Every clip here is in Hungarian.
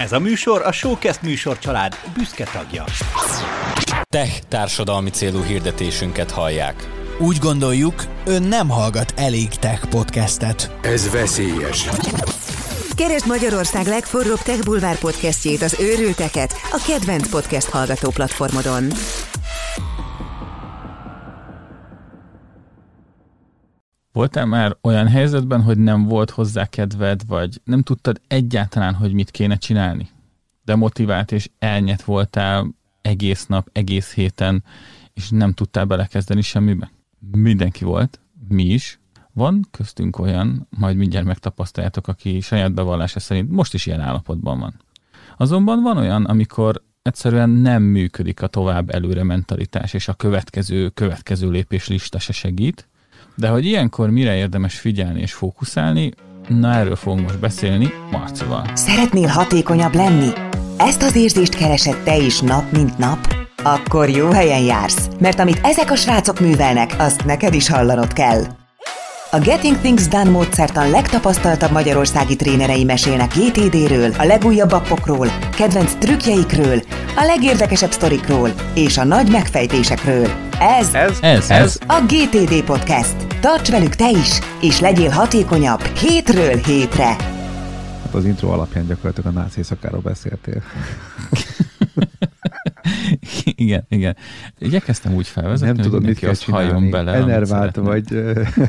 Ez a műsor a Showcast műsorcsalád büszke tagja. Tech társadalmi célú hirdetésünket hallják. Úgy gondoljuk, ön nem hallgat elég tech podcastet. Ez veszélyes. Keresd Magyarország legforróbb Tech Bulvár podcastjét, az Őrülteket, a kedvenc podcast hallgató platformodon. Voltál már olyan helyzetben, hogy nem volt hozzá kedved, vagy nem tudtad egyáltalán, hogy mit kéne csinálni? De motivált és elnyett voltál egész nap, egész héten, és nem tudtál belekezdeni semmibe? Mindenki volt, mi is. Van köztünk olyan, majd mindjárt megtapasztaljátok, aki saját bevallása szerint most is ilyen állapotban van. Azonban van olyan, amikor egyszerűen nem működik a tovább előre mentalitás, és a következő lépés lista se segít. De hogy ilyenkor mire érdemes figyelni és fókuszálni, na erről fogunk most beszélni Marcival. Szeretnél hatékonyabb lenni? Ezt az érzést keresed te is nap mint nap? Akkor jó helyen jársz, mert amit ezek a srácok művelnek, azt neked is hallanod kell. A Getting Things Done módszertan legtapasztaltabb magyarországi trénerei mesélnek GTD-ről, a legújabb appokról, kedvenc trükkjeikről, a legérdekesebb sztorikról és a nagy megfejtésekről. Ez a GTD Podcast. Tarts velük te is, és legyél hatékonyabb hétről hétre. Hát az intro alapján gyakorlatilag a náci éjszakáról beszéltél. Igen. Igyekeztem úgy felvezetni, nem tudod, mit kell csinálni. Bele, enervált vagy...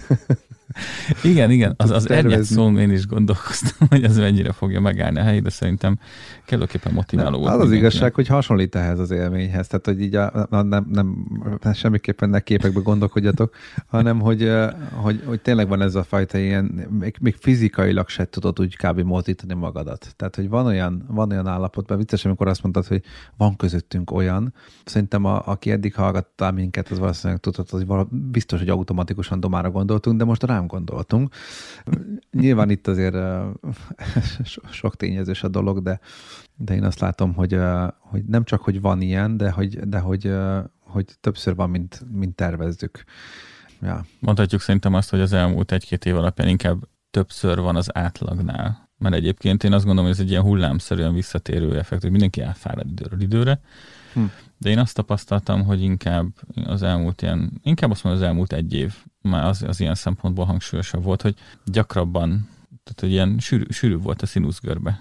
Igen, az egyet szón én is gondolkoztam, hogy az mennyire fogja megállni a helyét, de szerintem kellőképpen motiváló volt. Az igazság, hogy hasonlít ehhez az élményhez, tehát hogy így nem semmiképpen ne képekbe gondolkodjatok, hanem hogy tényleg van ez a fajta ilyen, még fizikailag se tudod úgy kb. Mozdítani magadat. Tehát, hogy van olyan állapotban, vicces, amikor azt mondtad, hogy van közöttünk olyan, szerintem aki eddig hallgattál minket, az valószínűleg tudod, hogy biztos, hogy automatikusan Domára gondoltunk, de most rám gondoltunk. Nyilván itt azért sok tényezős a dolog, de én azt látom, hogy nem csak, hogy van ilyen, de hogy többször van, mint tervezzük. Ja. Mondhatjuk szerintem azt, hogy az elmúlt 1-2 év alapján inkább többször van az átlagnál. Mert egyébként én azt gondolom, hogy ez egy ilyen hullámszerűen visszatérő effekt, hogy mindenki elfárad időről időre. De én azt tapasztaltam, hogy inkább az elmúlt 1 év már az ilyen szempontból hangsúlyosabb volt, hogy gyakrabban, tehát hogy ilyen sűrű volt a színuszgörbe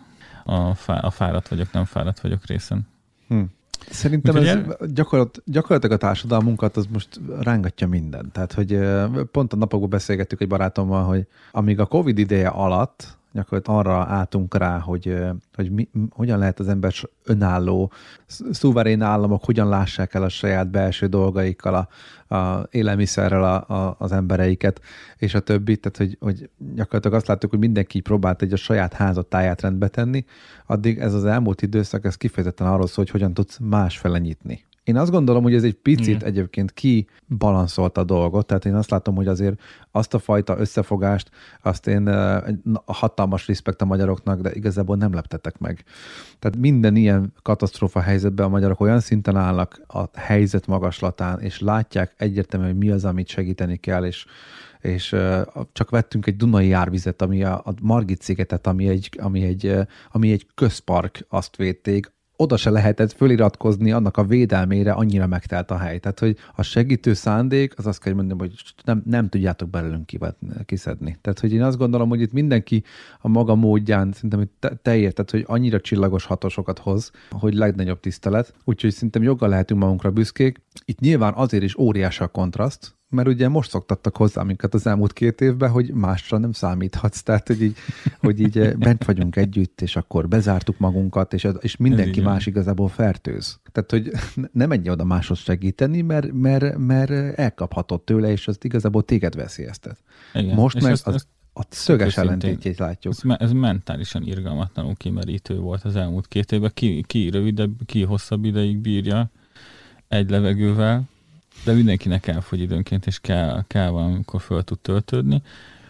a fáradt vagyok, nem fáradt vagyok részen. Szerintem ez gyakorlatilag a társadalmunkat az most rángatja minden. Tehát, hogy pont a napokban beszélgettük egy barátommal, hogy amíg a Covid ideje alatt gyakorlatilag arra álltunk rá, hogy hogyan lehet az ember önálló, szuverén államok, hogyan lássák el a saját belső dolgaikkal, a élelmiszerrel az embereiket, és a többi. Tehát, hogy gyakorlatilag azt láttuk, hogy mindenki próbált a saját házatáját rendbe tenni, addig ez az elmúlt időszak, ez kifejezetten arról szól, hogy hogyan tudsz másfele nyitni. Én azt gondolom, hogy ez egy picit egyébként kibalanszolta a dolgot, tehát én azt látom, hogy azért azt a fajta összefogást, azt én hatalmas respekt a magyaroknak, de igazából nem leptetek meg. Tehát minden ilyen katasztrófa helyzetben a magyarok olyan szinten állnak a helyzet magaslatán, és látják egyértelműen, hogy mi az, amit segíteni kell, és csak vettünk egy Dunai árvizet, ami a Margit szigetet, ami egy közpark, azt védték, oda se lehetett föliratkozni annak a védelmére, annyira megtelt a hely. Tehát, hogy a segítő szándék, az azt kell mondjam, hogy nem tudjátok belőlünk kiszedni. Tehát, hogy én azt gondolom, hogy itt mindenki a maga módján, szerintem te érted, hogy annyira csillagos hatosokat hoz, hogy legnagyobb tisztelet. Úgyhogy szerintem joggal lehetünk magunkra büszkék. Itt nyilván azért is óriási a kontraszt, mert ugye most szoktattak hozzá minket az elmúlt 2 évben, hogy másra nem számíthatsz. Tehát, hogy így bent vagyunk együtt, és akkor bezártuk magunkat, és mindenki más igazából fertőz. Tehát, hogy nem menj oda máshoz segíteni, mert elkaphatod tőle, és az igazából téged veszélyeztet. Igen. Most meg a szöges ellentétjét látjuk. Ez mentálisan irgalmatlanul kimerítő volt az elmúlt 2 évben. Ki rövidebb, ki hosszabb ideig bírja egy levegővel, de mindenkinek elfogy időnként, és kell valamikor föl tud töltődni.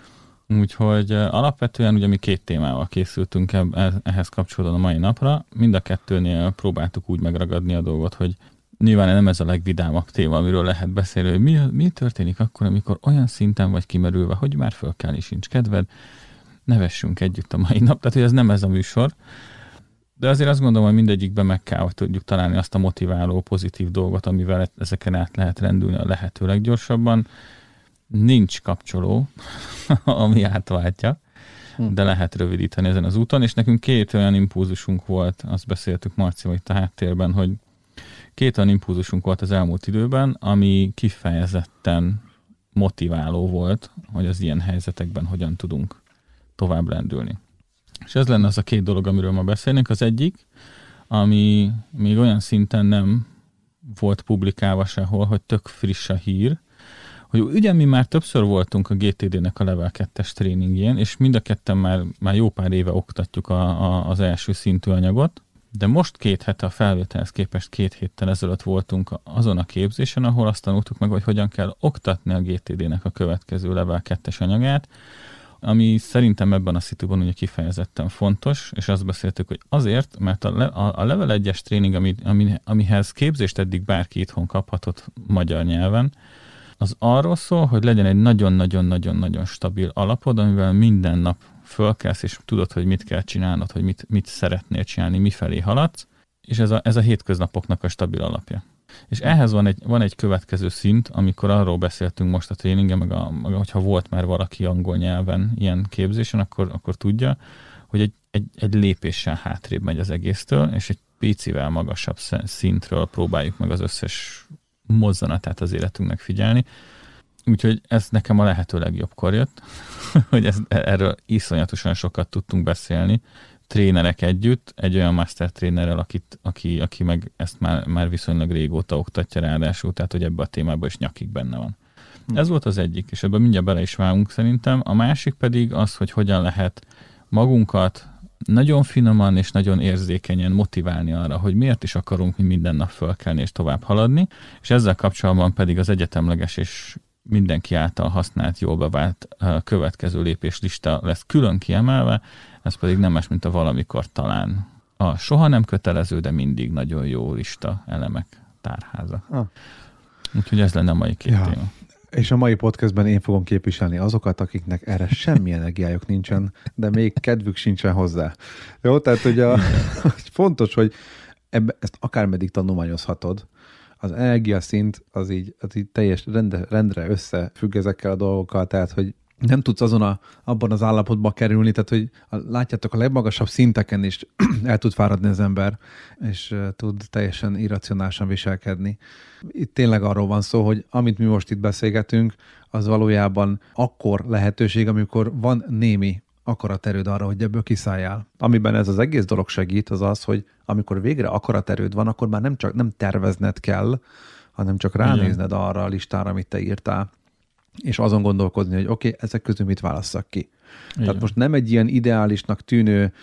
Úgyhogy alapvetően ugye mi 2 témával készültünk ehhez kapcsolódóan a mai napra. Mind a 2-nél próbáltuk úgy megragadni a dolgot, hogy nyilván nem ez a legvidámabb téma, amiről lehet beszélni, hogy mi történik akkor, amikor olyan szinten vagy kimerülve, hogy már fölkelni sincs kedved, nevessünk együtt a mai nap. Tehát, hogy ez nem ez a műsor, De azért azt gondolom, hogy mindegyikben meg kell, hogy tudjuk találni azt a motiváló, pozitív dolgot, amivel ezeken át lehet rendülni a lehető leggyorsabban. Nincs kapcsoló, ami átváltja, de lehet rövidíteni ezen az úton, és nekünk 2 olyan impulzusunk volt, azt beszéltük Marcival itt a háttérben, hogy 2 olyan impulzusunk volt az elmúlt időben, ami kifejezetten motiváló volt, hogy az ilyen helyzetekben hogyan tudunk tovább lendülni. És ez lenne az a 2 dolog, amiről ma beszélnénk. Az egyik, ami még olyan szinten nem volt publikálva sehol, hogy tök friss a hír, hogy ugyan mi már többször voltunk a GTD-nek a Level 2-es tréningjén, és mind a ketten már jó pár éve oktatjuk az első szintű anyagot, de most 2 hete a felvételhez képest 2 héttel ezelőtt voltunk azon a képzésen, ahol azt tanultuk meg, hogy hogyan kell oktatni a GTD-nek a következő Level 2-es anyagát, ami szerintem ebben a szituban ugye kifejezetten fontos, és azt beszéltük, hogy azért, mert a Level 1-es tréning, amihez képzést eddig bárki itthon kaphatott magyar nyelven, az arról szól, hogy legyen egy nagyon-nagyon-nagyon-nagyon stabil alapod, amivel minden nap fölkelsz, és tudod, hogy mit kell csinálnod, hogy mit szeretnél csinálni, mifelé haladsz, és ez a hétköznapoknak a stabil alapja. És ehhez van egy következő szint, amikor arról beszéltünk most a tréningen, meg hogyha volt már valaki angol nyelven ilyen képzésen, akkor tudja, hogy egy lépéssel hátrébb megy az egésztől, és egy picivel magasabb szintről próbáljuk meg az összes mozzanatát az életünknek figyelni. Úgyhogy ez nekem a lehető legjobbkor jött, hogy erről iszonyatosan sokat tudtunk beszélni, trénerek együtt, egy olyan master trénerrel, aki meg ezt már viszonylag régóta oktatja ráadásul, tehát hogy ebbe a témában is nyakig benne van. Ez volt az egyik, és ebben mindjárt bele is vágunk szerintem. A másik pedig az, hogy hogyan lehet magunkat nagyon finoman és nagyon érzékenyen motiválni arra, hogy miért is akarunk mi minden nap fölkelni és tovább haladni, és ezzel kapcsolatban pedig az egyetemleges és mindenki által használt, jól bevált következő lépéslista lesz külön kiemelve, ez pedig nem más, mint a valamikor talán a soha nem kötelező, de mindig nagyon jó lista elemek tárháza. Úgyhogy ez lenne a mai 2 téma. És a mai podcastben én fogom képviselni azokat, akiknek erre semmi energiájuk nincsen, de még kedvük sincsen hozzá. Jó, tehát hogy fontos, hogy ezt akármeddig tanulmányozhatod, az energiaszint az így teljes rendre összefügg ezekkel a dolgokkal, tehát hogy nem tudsz abban az állapotban kerülni, tehát hogy látjátok, a legmagasabb szinteken is el tud fáradni az ember, és tud teljesen irracionálisan viselkedni. Itt tényleg arról van szó, hogy amit mi most itt beszélgetünk, az valójában akkor lehetőség, amikor van némi akaraterőd arra, hogy ebből kiszálljál. Amiben ez az egész dolog segít, az az, hogy amikor végre akaraterőd van, akkor már nem tervezned kell, hanem csak ránézned arra a listára, amit te írtál, és azon gondolkodni, hogy oké, ezek közül mit válasszak ki. Igen. Tehát most nem egy ilyen ideálisnak tűnő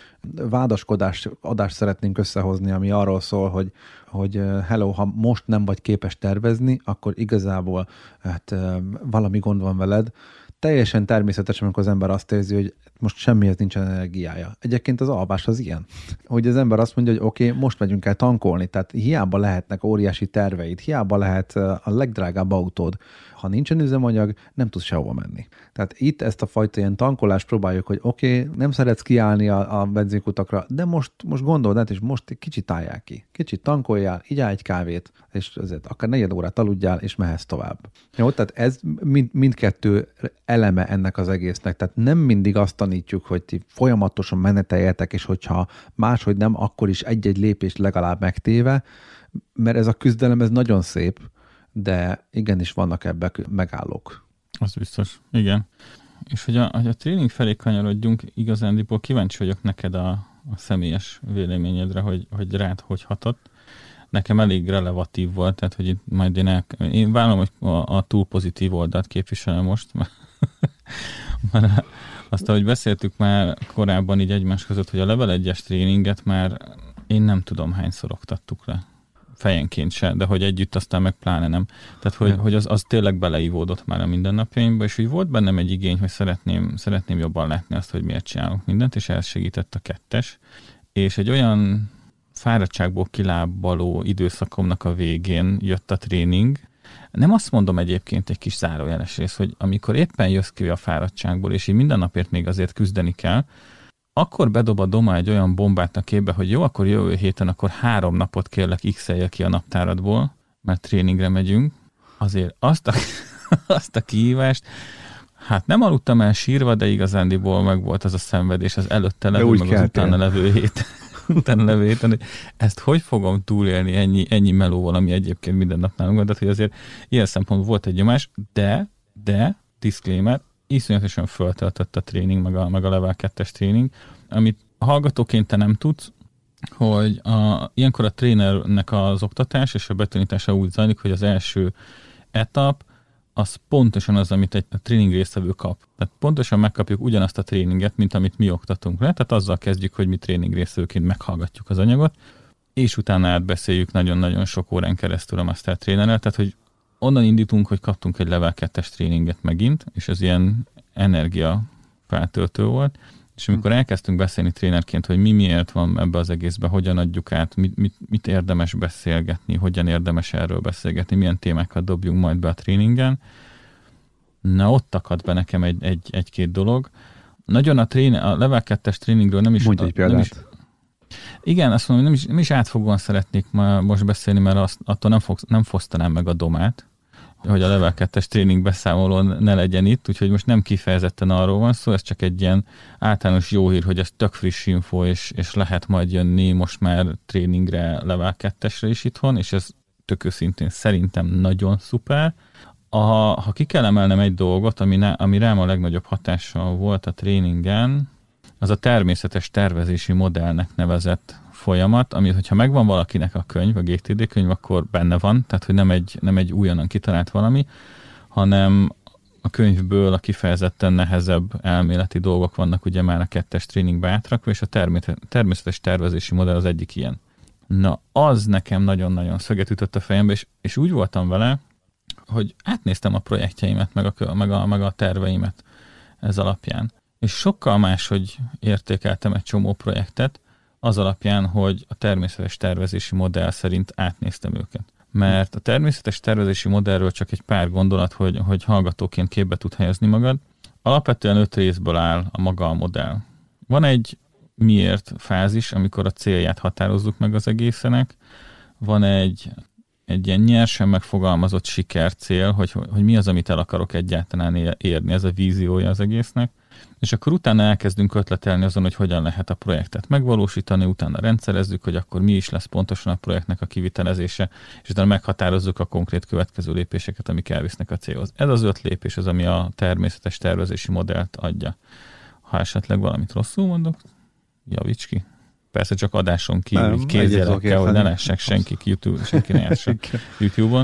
adást szeretnénk összehozni, ami arról szól, hogy hello, ha most nem vagy képes tervezni, akkor igazából valami gond van veled. Teljesen természetesen, amikor az ember azt érzi, hogy most semmihez nincsen energiája. Egyébként az alvás az ilyen. Hogy az ember azt mondja, hogy oké, most megyünk el tankolni, tehát hiába lehetnek óriási terveid, hiába lehet a legdrágább autód. Ha nincsen üzemanyag, nem tudsz sehova menni. Tehát itt ezt a fajta ilyen tankolást próbáljuk, hogy oké, nem szeretsz kiállni a benzinkutakra, de most gondold, és most egy kicsit álljál ki. Kicsit tankoljál, igyál egy kávét, és azért akár 4 órát aludjál, és mehetsz tovább. Jó, tehát ez mindkettő eleme ennek az egésznek. Tehát nem mindig azt tanítjuk, hogy ti folyamatosan meneteljetek, és hogyha máshogy nem, akkor is egy-egy lépést legalább megtéve, mert ez a küzdelem, ez nagyon szép, de igenis vannak ebben megállók. Az biztos, igen. És hogy a tréning felé kanyarodjunk, igazándiból kíváncsi vagyok neked a személyes véleményedre, hogy rád hogy hatott. Nekem elég relevatív volt, tehát hogy itt majd én vállalom, hogy a túl pozitív oldalt képviselem most, mert azt, ahogy beszéltük már korábban így egymás között, hogy a Level 1-es tréninget már én nem tudom hányszor oktattuk le. Fejenként se, de hogy együtt aztán meg pláne nem. Tehát, hogy az tényleg beleívódott már a mindennapjaimba, és úgy volt bennem egy igény, hogy szeretném jobban látni azt, hogy miért csinálok mindent, és ehhez segített a 2-es. És egy olyan fáradtságból kilábaló időszakomnak a végén jött a tréning. Nem azt mondom egyébként, egy kis zárójeles rész, hogy amikor éppen jössz ki a fáradtságból, és így minden napért még azért küzdeni kell, akkor bedob a Doma egy olyan bombát a képbe, hogy jó, akkor jövő héten akkor 3 napot kérlek x-elje ki a naptáradból, mert tréningre megyünk, azért azt a kihívást, hát nem aludtam el sírva, de igazándiból meg volt az a szenvedés az előtte levő, meg az utána levő héten, hogy ezt hogy fogom túlélni ennyi melóval, ami egyébként minden nap nálunk van, tehát hogy azért ilyen szempontból volt egy nyomás, de disclaimer, iszonyatosan föltöltött a tréning, meg a level 2-es tréning, amit hallgatóként te nem tudsz, hogy ilyenkor a trénernek az oktatás és a betanítása úgy zajlik, hogy az első etap az pontosan az, amit egy tréning résztvevő kap. Tehát pontosan megkapjuk ugyanazt a tréninget, mint amit mi oktatunk le, tehát azzal kezdjük, hogy mi tréning résztvevőként meghallgatjuk az anyagot, és utána átbeszéljük nagyon-nagyon sok órán keresztül a master trénerrel, tehát hogy onnan indítunk, hogy kaptunk egy level 2-es tréninget megint, és ez ilyen energia feltöltő volt, és amikor elkezdtünk beszélni trénerként, hogy miért van ebbe az egészbe, hogyan adjuk át, mit érdemes beszélgetni, hogyan érdemes erről beszélgetni, milyen témákat dobjunk majd be a tréningen, na ott akadt be nekem egy-két dolog. Nagyon a level 2-es tréningről nem is... Mondj egy példát. Igen, azt mondom, hogy nem is átfogóan szeretnék most beszélni, mert attól nem fosztanám meg a Domát, hogy a level 2-es tréning beszámolón ne legyen itt, úgyhogy most nem kifejezetten arról van szó, ez csak egy ilyen általános jó hír, hogy ez tök friss info, és lehet majd jönni most már tréningre level 2-esre is itthon, és ez tök őszintén szerintem nagyon szuper. Ha ki kell emelnem egy dolgot, ami rám a legnagyobb hatással volt a tréningen, az a természetes tervezési modellnek nevezett folyamat, ami, hogyha megvan valakinek a könyv, a GTD könyv, akkor benne van, tehát hogy nem egy újonnan kitalált valami, hanem a könyvből a kifejezetten nehezebb elméleti dolgok vannak ugye már a 2-es tréningbe átrakva, és a természetes tervezési modell az egyik ilyen. Na, az nekem nagyon-nagyon szöget ütött a fejembe, és úgy voltam vele, hogy átnéztem a projektjeimet, meg a terveimet ez alapján. És sokkal máshogy értékeltem egy csomó projektet, az alapján, hogy a természetes tervezési modell szerint átnéztem őket. Mert a természetes tervezési modellről csak egy pár gondolat, hogy hallgatóként képbe tud helyezni magad. Alapvetően 5 részből áll a maga a modell. Van egy miért fázis, amikor a célját határozzuk meg az egészenek. Van egy ilyen nyersen megfogalmazott sikercél, hogy mi az, amit el akarok egyáltalán érni, ez a víziója az egésznek. És akkor utána elkezdünk ötletelni azon, hogy hogyan lehet a projektet megvalósítani, utána rendszerezzük, hogy akkor mi is lesz pontosan a projektnek a kivitelezése, és utána meghatározzuk a konkrét következő lépéseket, amik elvisznek a célhoz. Ez az 5 lépés az, ami a természetes tervezési modellt adja. Ha esetleg valamit rosszul mondok, javíts ki. Persze csak adáson kívül, így kézjelekkel, hogy ne lássák senki ne lássák YouTube-on.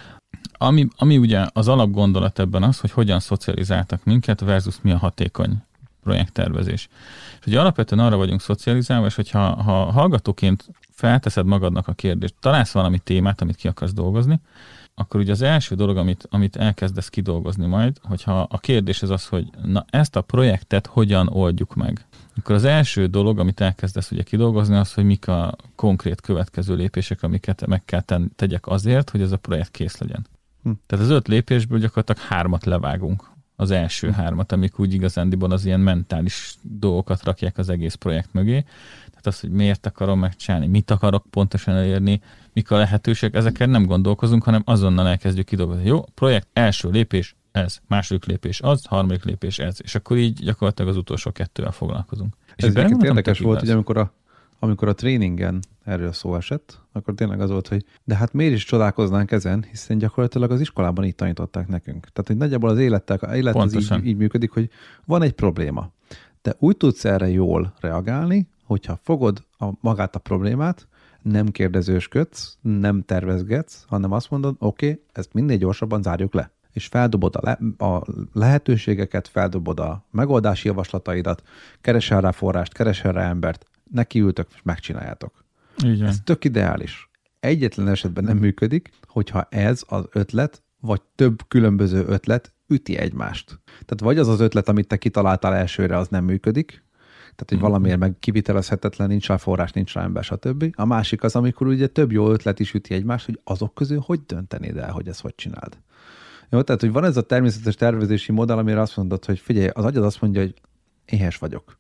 Ami ugye az alapgondolat ebben az, hogy hogyan szocializáltak minket versus mi a hatékony projekttervezés. És ugye alapvetően arra vagyunk szocializálva, és hogyha hallgatóként felteszed magadnak a kérdést, találsz valami témát, amit ki akarsz dolgozni, akkor ugye az első dolog, amit elkezdesz kidolgozni majd, hogyha a kérdés az, hogy na ezt a projektet hogyan oldjuk meg. Akkor az első dolog, amit elkezdesz ugye kidolgozni, az, hogy mik a konkrét következő lépések, amiket meg kell tegyek azért, hogy ez a projekt kész legyen. Tehát az 5 lépésből gyakorlatilag 3-at levágunk. Az első 3-at, amik úgy igazándiból az ilyen mentális dolgokat rakják az egész projekt mögé. Tehát az, hogy miért akarom megcsinálni, mit akarok pontosan elérni, mik a lehetőségek, ezeken nem gondolkozunk, hanem azonnal elkezdjük kidolgozni. Jó, projekt első lépés ez, második lépés az, harmadik lépés ez, és akkor így gyakorlatilag az utolsó 2-vel foglalkozunk. És ez érdekes volt, hogy amikor a tréningen erről szó esett, akkor tényleg az volt, hogy de hát miért is csodálkoznánk ezen, hiszen gyakorlatilag az iskolában így tanították nekünk. Tehát, hogy nagyjából az élet az így működik, hogy van egy probléma. De úgy tudsz erre jól reagálni, hogyha fogod magát a problémát, nem kérdezősködsz, nem tervezgetsz, hanem azt mondod, oké, ezt minél gyorsabban zárjuk le. És feldobod a lehetőségeket, feldobod a megoldási javaslataidat, keresel rá forrást, keresel rá embert, nekiültök, és megcsináljátok. Igen. Ez tök ideális. Egyetlen esetben nem működik, hogyha ez az ötlet, vagy több különböző ötlet üti egymást. Tehát vagy az az ötlet, amit te kitaláltál elsőre, az nem működik, tehát hogy valamiért meg kivitelezhetetlen, nincs rá forrás, nincs rá ember, stb. A másik az, amikor ugye több jó ötlet is üti egymást, hogy azok közül hogy döntenéd el, hogy ezt hogy csináld. Jó, tehát, hogy van ez a természetes tervezési modell, amire azt mondod, hogy figyelj, az agyad azt mondja, hogy éhes vagyok.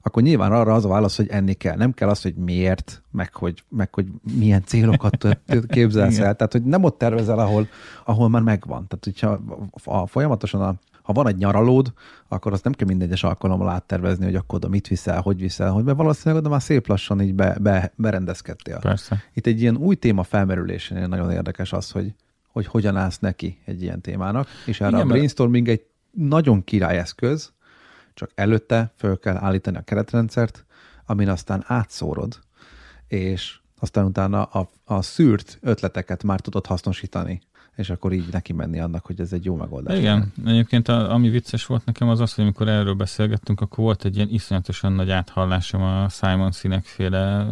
akkor nyilván arra az a válasz, hogy enni kell. Nem kell az, hogy miért, meg hogy milyen célokat képzelsz el. Tehát, hogy nem ott tervezel, ahol már megvan. Tehát, hogyha folyamatosan ha van egy nyaralód, akkor azt nem kell minden egyes alkalommal áttervezni, hogy akkor oda mit viszel, mert valószínűleg oda már szép lassan így berendezkedtél. Persze. Itt egy ilyen új téma felmerülésénél nagyon érdekes az, hogy hogyan állsz neki egy ilyen témának, és erre a brainstorming egy nagyon király eszköz, csak előtte föl kell állítani a keretrendszert, amin aztán átszórod, és aztán utána a szűrt ötleteket már tudod hasznosítani, és akkor így neki menni annak, hogy ez egy jó megoldás. Igen, egyébként ami vicces volt nekem az az, hogy amikor erről beszélgettünk, akkor volt egy ilyen iszonyatosan nagy áthallásom a Simon Sinek-féle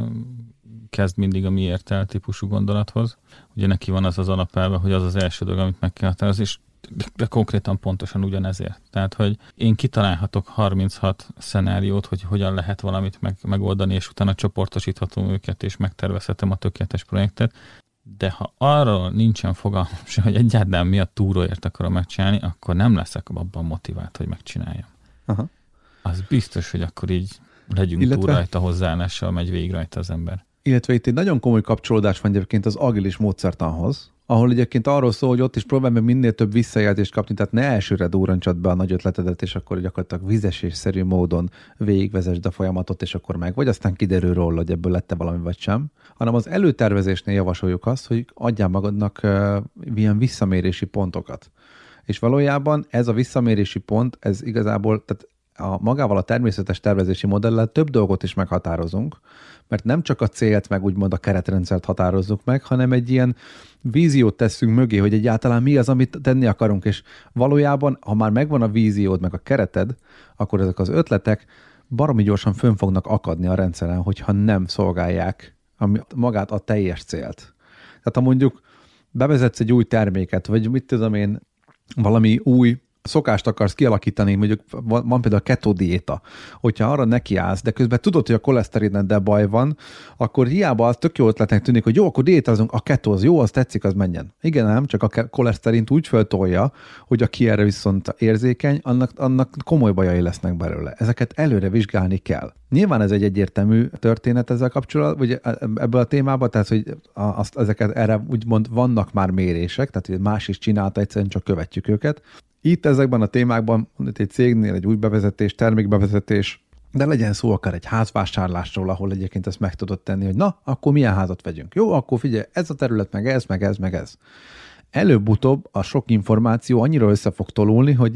kezd mindig a miért el típusú gondolathoz. Ugye neki van az alapelve, hogy az az első dolog, amit meg kell határozni, és de konkrétan pontosan ugyanezért. Tehát, hogy én kitalálhatok 36 szenáriót, hogy hogyan lehet valamit megoldani, és utána csoportosíthatom őket, és megtervezhetem a tökéletes projektet. De ha arról nincsen fogalmam se, hogy egyáltalán mi a túróért akarom megcsinálni, akkor nem leszek abban motivált, hogy megcsináljam. Aha. Az biztos, hogy akkor így legyünk túl rajta, hozzáállással megy végig rajta az ember. Illetve itt egy nagyon komoly kapcsolódás van egyébként az agilis módszertanhoz, ahol egyébként arról szól, hogy ott is próbálj meg minél több visszajelzést kapni, tehát ne elsőre durrancsad be a nagy ötletedet, és akkor gyakorlatilag vizesésszerű módon végigvezesd a folyamatot, és akkor meg, vagy aztán kiderül róla, hogy ebből lett valami vagy sem, hanem az előtervezésnél javasoljuk azt, hogy adjál magadnak ilyen visszamérési pontokat. És valójában ez a visszamérési pont, ez igazából, tehát magával a természetes tervezési modellel több dolgot is meghatározunk, mert nem csak a célt, meg úgymond a keretrendszert határozzuk meg, hanem egy ilyen víziót teszünk mögé, hogy egyáltalán mi az, amit tenni akarunk, és valójában, ha már megvan a víziód, meg a kereted, akkor ezek az ötletek baromi gyorsan fönn fognak akadni a rendszeren, hogyha nem szolgálják magát a teljes célt. Tehát ha mondjuk bevezetsz egy új terméket, vagy mit tudom én, valami új szokást akarsz kialakítani, mondjuk van például a keto diéta, hogyha arra nekiállsz, de közben tudod, hogy a koleszterineddel baj van, akkor hiába az tök jó ötletnek tűnik, hogy jó, akkor diétázunk, a keto az jó, az tetszik, az menjen. Igen, nem, csak a koleszterint úgy föltolja, hogy aki erre viszont érzékeny, annak komoly bajai lesznek belőle. Ezeket előre vizsgálni kell. Nyilván ez egy egyértelmű történet ezzel kapcsolatban, vagy ebből a témában, tehát hogy ezeket erre úgymond vannak már mérések, tehát hogy más is csinálta, egyszerűen csak követjük őket. Itt ezekben a témákban, egy cégnél egy új bevezetés, termékbevezetés, de legyen szó akár egy házvásárlásról, ahol egyébként ezt meg tudod tenni, hogy na, akkor milyen házat vegyünk. Jó, akkor figyelj, ez a terület, meg ez, meg ez, meg ez. Előbb-utóbb a sok információ annyira össze fog tolulni, hogy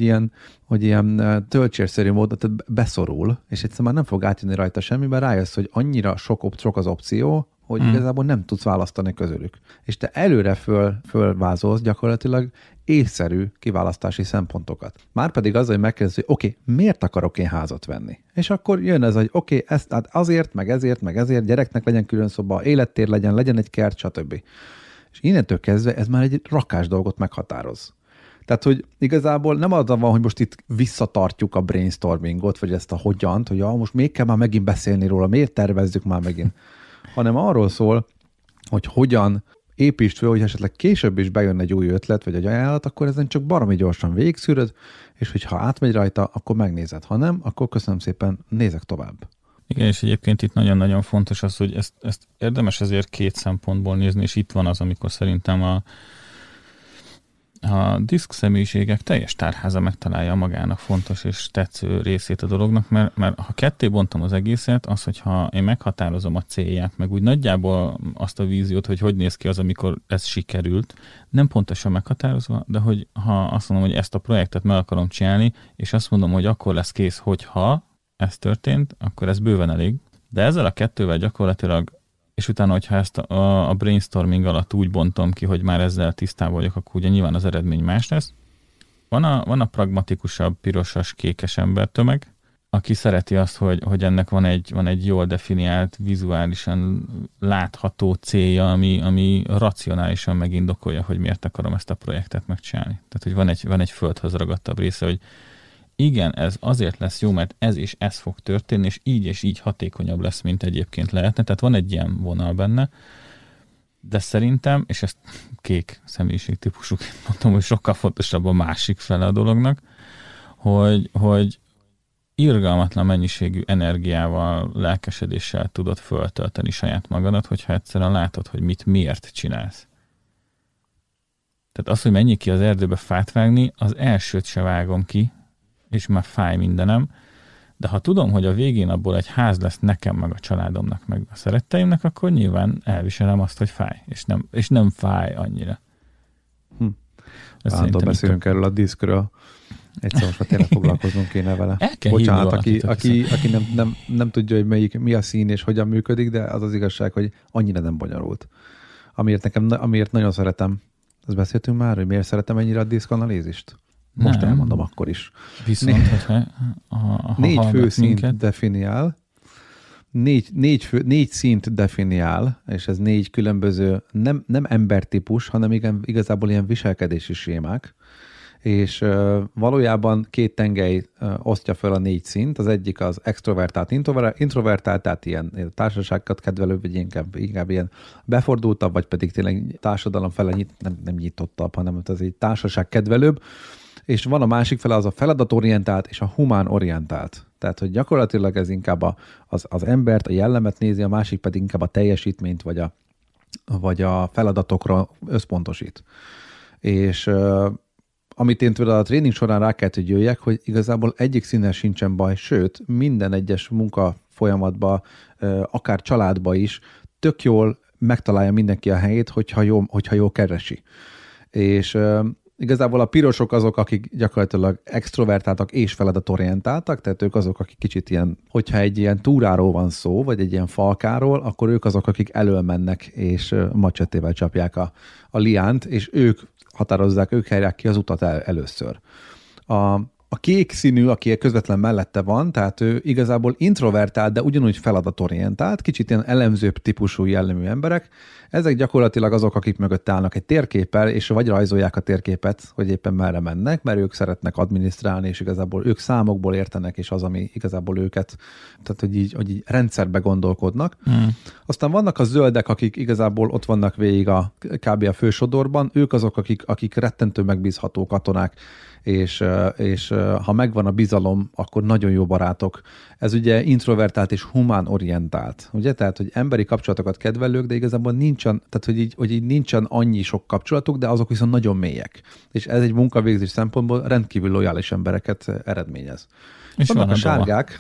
ilyen töltsérszerű módon beszorul, és egyszerűen már nem fog átjönni rajta semmi, mert rájössz, hogy annyira sok az opció, hogy igazából nem tudsz választani közülük. És te előre fölvázolsz gyakorlatilag észszerű kiválasztási szempontokat. Márpedig az, hogy megkérdez, hogy oké, miért akarok én házat venni? És akkor jön ez, hogy oké, hát azért, meg ezért, gyereknek legyen külön szoba, élettér legyen egy kert, stb. És innentől kezdve ez már egy rakás dolgot meghatároz. Tehát, hogy igazából nem az van, hogy most itt visszatartjuk a brainstormingot, vagy ezt a hogyant, hogy most még kell már megint beszélni róla, miért tervezzük már megint, hanem arról szól, hogy hogyan építsd föl, hogy esetleg később is bejön egy új ötlet, vagy egy ajánlat, akkor ezen csak baromi gyorsan végigszűröd, és hogyha átmegy rajta, akkor megnézed. Ha nem, akkor köszönöm szépen, nézek tovább. Igen, és egyébként itt nagyon-nagyon fontos az, hogy ezt érdemes ezért két szempontból nézni, és itt van az, amikor szerintem a diszk személyiségek teljes tárháza megtalálja magának fontos és tetsző részét a dolognak, mert ha ketté bontom az egészet, az, hogyha én meghatározom a célját, meg úgy nagyjából azt a víziót, hogy néz ki az, amikor ez sikerült, nem pontosan meghatározva, de hogy ha azt mondom, hogy ezt a projektet meg akarom csinálni, és azt mondom, hogy akkor lesz kész, hogyha ez történt, akkor ez bőven elég. De ezzel a kettővel gyakorlatilag, és utána, hogyha ezt a brainstorming alatt úgy bontom ki, hogy már ezzel tisztában vagyok, akkor ugye nyilván az eredmény más lesz. Van a pragmatikusabb, pirosas, kékes embertömeg, aki szereti azt, hogy ennek van egy jól definiált, vizuálisan látható célja, ami racionálisan megindokolja, hogy miért akarom ezt a projektet megcsinálni. Tehát, hogy van egy földhöz ragadtabb része, hogy igen, ez azért lesz jó, mert ez és ez fog történni, és így hatékonyabb lesz, mint egyébként lehetne. Tehát van egy ilyen vonal benne, de szerintem, és ezt kék személyiségtípusúként mondtam, hogy sokkal fontosabb a másik fele a dolognak, hogy irgalmatlan mennyiségű energiával, lelkesedéssel tudod föltölteni saját magadat, hogyha egyszerűen látod, hogy miért csinálsz. Tehát az, hogy menjek ki az erdőbe fát vágni, az elsőt se vágom ki, és már fáj mindenem, de ha tudom, hogy a végén abból egy ház lesz nekem, meg a családomnak, meg a szeretteimnek, akkor nyilván elviselem azt, hogy fáj, és nem fáj annyira. Állandóan beszélünk erről a diszkről. Egyszer most már tényleg foglalkoznunk kéne vele. Bocsánat, aki nem tudja, hogy mi a szín és hogyan működik, de az az igazság, hogy annyira nem bonyolult. Amiért nagyon szeretem. Ezt beszéltünk már, hogy miért szeretem ennyire a diszkanalízist? Most nem. Elmondom akkor is. Viszont, hogyha négy főszínt definiál, négy szint definiál, és ez 4 különböző, nem embertípus, hanem igazából ilyen viselkedési sémák, és valójában 2 tengely osztja fel a 4 szint, az egyik az extrovertált, introvertált, tehát ilyen társaságokat kedvelő, vagy inkább ilyen befordultabb, vagy pedig tényleg társadalom fele nem nyitottabb, hanem az egy társaság kedvelőbb, és van a másik fele, az a feladatorientált és a humánorientált. Tehát, hogy gyakorlatilag ez inkább az embert, a jellemet nézi, a másik pedig inkább a teljesítményt, vagy a feladatokra összpontosít. És amit én tőle a tréning során rá kellett, hogy jöjjek, hogy igazából egyik színnel sincsen baj, sőt, minden egyes munka folyamatban, akár családban is, tök jól megtalálja mindenki a helyét, hogyha jól keresi. És igazából a pirosok azok, akik gyakorlatilag extrovertáltak és feladatorientáltak, tehát ők azok, akik kicsit ilyen, hogyha egy ilyen túráról van szó, vagy egy ilyen falkáról, akkor ők azok, akik elől mennek, és macsetével csapják a liánt, és ők határozzák, ők helyják ki az utat először. A kék színű, aki közvetlen mellette van, tehát ő igazából introvertált, de ugyanúgy feladatorientált, kicsit ilyen elemzőbb típusú jellemű emberek. Ezek gyakorlatilag azok, akik mögött állnak egy térképpel, és vagy rajzolják a térképet, hogy éppen merre mennek, mert ők szeretnek adminisztrálni, és igazából ők számokból értenek, és az, ami igazából őket, tehát hogy így rendszerbe gondolkodnak. Aztán vannak a zöldek, akik igazából ott vannak végig kb. A fősodorban, ők azok, akik rettentő megbízható katonák, és ha megvan a bizalom, akkor nagyon jó barátok. Ez ugye introvertált és humánorientált, ugye? Tehát, hogy emberi kapcsolatokat kedvelők, de igazából nincsen, tehát, hogy így nincsen annyi sok kapcsolatuk, de azok viszont nagyon mélyek. És ez egy munkavégzés szempontból rendkívül lojális embereket eredményez. És vannak a sárgák.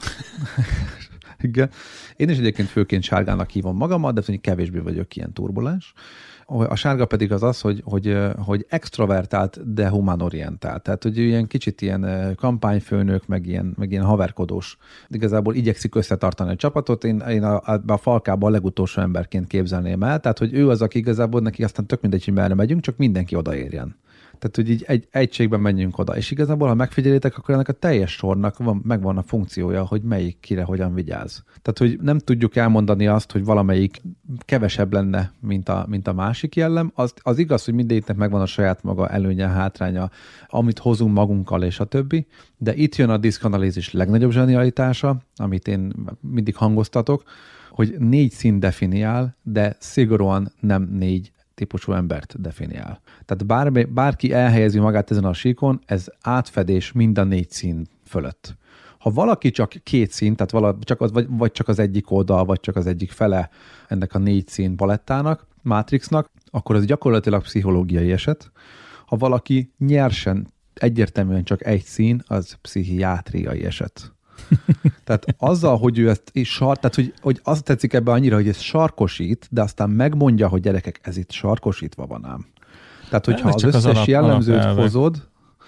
Igen. Én is egyébként főként sárgának hívom magamat, de kevésbé vagyok ilyen turbulens. A sárga pedig az, hogy extrovertált, de humánorientált. Tehát, hogy ilyen kicsit ilyen kampányfőnök, meg ilyen haverkodós. Igazából igyekszik összetartani a csapatot. Én a falkában a legutolsó emberként képzelném el. Tehát, hogy ő az, aki igazából neki aztán tök mindegy, hogy merre megyünk, csak mindenki odaérjen. Tehát, hogy így egy egységben menjünk oda. És igazából, ha megfigyeljétek, akkor ennek a teljes sornak megvan a funkciója, hogy melyik kire hogyan vigyáz. Tehát, hogy nem tudjuk elmondani azt, hogy valamelyik kevesebb lenne, mint a másik jellem. Az igaz, hogy mindegyiknek megvan a saját maga előnye, hátránya, amit hozunk magunkkal, és a többi. De itt jön a diszkanalízis legnagyobb zsenialitása, amit én mindig hangoztatok, hogy 4 szín definiál, de szigorúan nem 4 típusú embert definiál. Tehát bárki elhelyezi magát ezen a síkon, ez átfedés mind a 4 szín fölött. Ha valaki csak 2 szín, tehát vagy csak az egyik oldal, vagy csak az egyik fele ennek a 4 szín palettának, Matrixnak, akkor ez gyakorlatilag pszichológiai eset. Ha valaki nyersen, egyértelműen csak egy szín, az pszichiátriai eset. Tehát azzal, hogy ő ezt tehát hogy azt tetszik ebbe annyira, hogy ez sarkosít, de aztán megmondja, hogy gyerekek, ez itt sarkosítva van ám. Tehát, hogyha az összes jellemzőt hozod,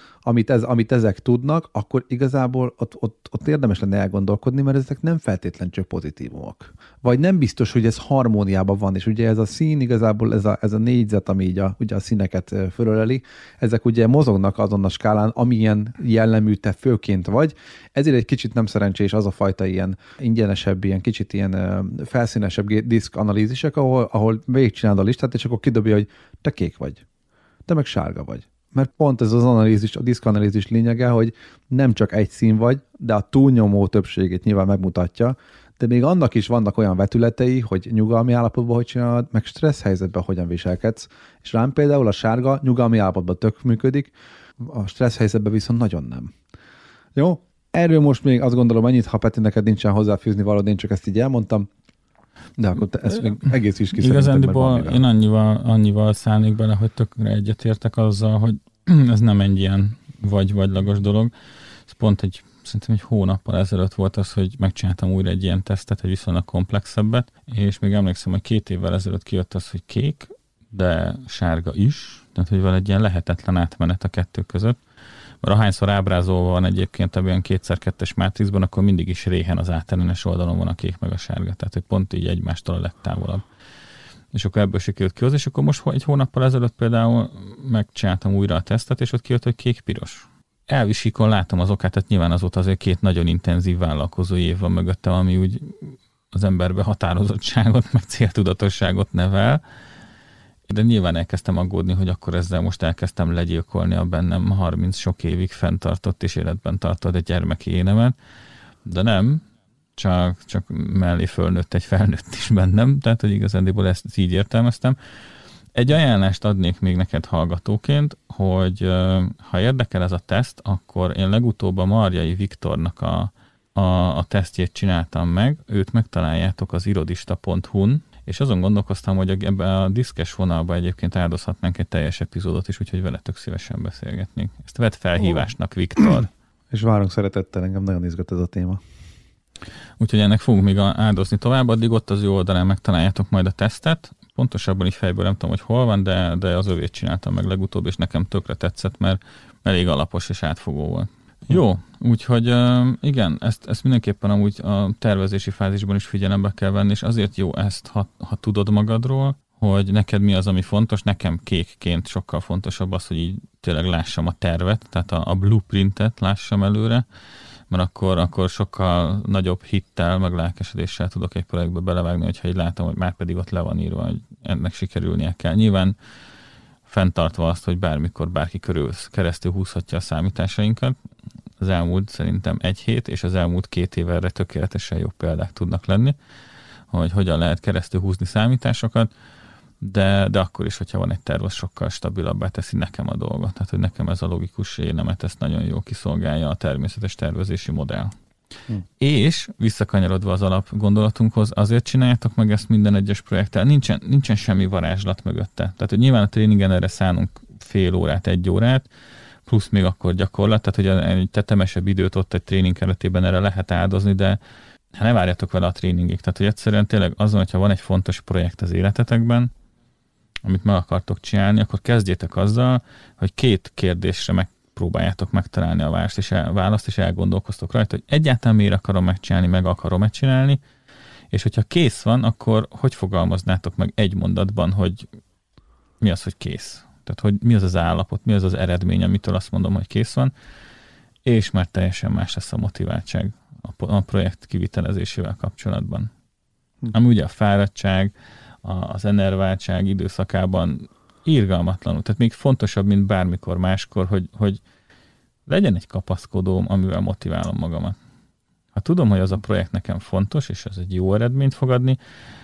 amit ezek tudnak, akkor igazából ott érdemes lenne elgondolkodni, mert ezek nem feltétlen csak pozitívumok. Vagy nem biztos, hogy ez harmóniában van, és ugye ez a szín igazából, ez a négyzet, ami így ugye a színeket fölöleli, ezek ugye mozognak azon a skálán, amilyen jellemű te főként vagy. Ezért egy kicsit nem szerencsés az a fajta ilyen ingyenesebb, ilyen kicsit ilyen felszínesebb diszkanalízisek, ahol végigcsinálod a listát, és akkor kidobja, hogy te kék vagy, te meg sárga vagy. Mert pont ez az analízis, a diszkanalízis lényege, hogy nem csak egy szín vagy, de a túlnyomó többségét nyilván megmutatja, de még annak is vannak olyan vetületei, hogy nyugalmi állapotban hogy csinálod, meg stressz helyzetben hogyan viselkedsz. És rám például a sárga nyugalmi állapotban tök működik, a stressz helyzetben viszont nagyon nem. Jó? Erről most még azt gondolom annyit, ha Peti neked nincsen hozzáfűzni valód, én csak ezt így elmondtam, de akkor ezt még egész is igazándiból én annyival szállnék bele, hogy tökre egyetértek azzal, hogy ez nem egy ilyen vagy-vagylagos dolog. Ez pont szerintem egy hónappal ezelőtt volt az, hogy megcsináltam újra egy ilyen tesztet, egy viszonylag komplexebbet, és még emlékszem, hogy 2 évvel ezelőtt kijött az, hogy kék, de sárga is, tehát hogy van egy ilyen lehetetlen átmenet a kettő között. Mert ahányszor ábrázolva van egyébként ebben 2x2-es mátrixban, akkor mindig is réhen az átellenes oldalon van a kék meg a sárga, tehát hogy pont így egymástól a legtávolabb. És akkor ebből sikerült kihozni, és akkor most egy hónappal ezelőtt például megcsináltam újra a tesztet, és ott kijött, hogy kék-piros. Elvisikon látom az okát, tehát nyilván azóta azért 2 nagyon intenzív vállalkozói év van mögöttem, ami úgy az emberbe határozottságot, meg céltudatosságot nevel, de nyilván elkezdtem aggódni, hogy akkor ezzel most elkezdtem legyilkolni a bennem 30 sok évig fenntartott és életben tartott egy gyermeki énemet, de nem, csak mellé fölnőtt egy felnőtt is bennem, tehát hogy igazándiból ezt így értelmeztem. Egy ajánlást adnék még neked hallgatóként, hogy ha érdekel ez a teszt, akkor én legutóbb a Marjai Viktornak a tesztjét csináltam meg, őt megtaláljátok az irodista.hu-n, és azon gondolkoztam, hogy ebben a diszkes vonalba egyébként áldozhatnánk egy teljes epizódot is, úgyhogy vele tök szívesen beszélgetnénk. Ezt vett felhívásnak, Viktor. És várunk szeretettel, engem nagyon izgat ez a téma. Úgyhogy ennek fogunk még áldozni tovább, addig ott az jó oldalán megtaláljátok majd a tesztet. Pontosabban így fejből nem tudom, hogy hol van, de az övét csináltam meg legutóbb, és nekem tökre tetszett, mert elég alapos és átfogó volt. Jó, úgyhogy igen, ezt mindenképpen amúgy a tervezési fázisban is figyelembe kell venni, és azért jó ezt, ha tudod magadról, hogy neked mi az, ami fontos. Nekem kékként sokkal fontosabb az, hogy így tényleg lássam a tervet, tehát a blueprintet lássam előre, mert akkor sokkal nagyobb hittel, meg lelkesedéssel tudok egy projektbe belevágni, hogyha így látom, hogy már pedig ott le van írva, hogy ennek sikerülnie kell. Nyilván fenntartva azt, hogy bármikor bárki keresztül húzhatja a számításainkat. Az elmúlt szerintem 1 hét, és az elmúlt 2 év erre tökéletesen jó példák tudnak lenni, hogy hogyan lehet keresztül húzni számításokat, de akkor is, hogyha van egy terv, az sokkal stabilabbá teszi nekem a dolgot. Tehát, hogy nekem ez a logikus énemet, ezt nagyon jól kiszolgálja a természetes tervezési modell. És visszakanyarodva az alapgondolatunkhoz, azért csináljátok meg ezt minden egyes projekttel. Nincsen semmi varázslat mögötte. Tehát, hogy nyilván a tréningen erre szánunk fél órát, 1 órát, plusz még akkor gyakorlat, tehát hogy egy tetemesebb időt ott egy tréning keretében erre lehet áldozni, de ne várjatok vele a tréningig. Tehát, hogy egyszerűen tényleg azon, hogyha van egy fontos projekt az életetekben, amit meg akartok csinálni, akkor kezdjétek azzal, hogy 2 kérdésre megpróbáljátok megtalálni a választ, és elgondolkoztok rajta, hogy egyáltalán miért akarom megcsinálni, meg akarom csinálni, és hogyha kész van, akkor hogy fogalmaznátok meg egy mondatban, hogy mi az, hogy kész? Tehát, hogy mi az az állapot, mi az az eredmény, amitől azt mondom, hogy kész van, és már teljesen más lesz a motiváltság a projekt kivitelezésével kapcsolatban. Ami ugye a fáradtság, az enerváltság időszakában irgalmatlanul, tehát még fontosabb, mint bármikor máskor, hogy legyen egy kapaszkodóm, amivel motiválom magamat. Ha tudom, hogy az a projekt nekem fontos, és ez egy jó eredményt fog adni,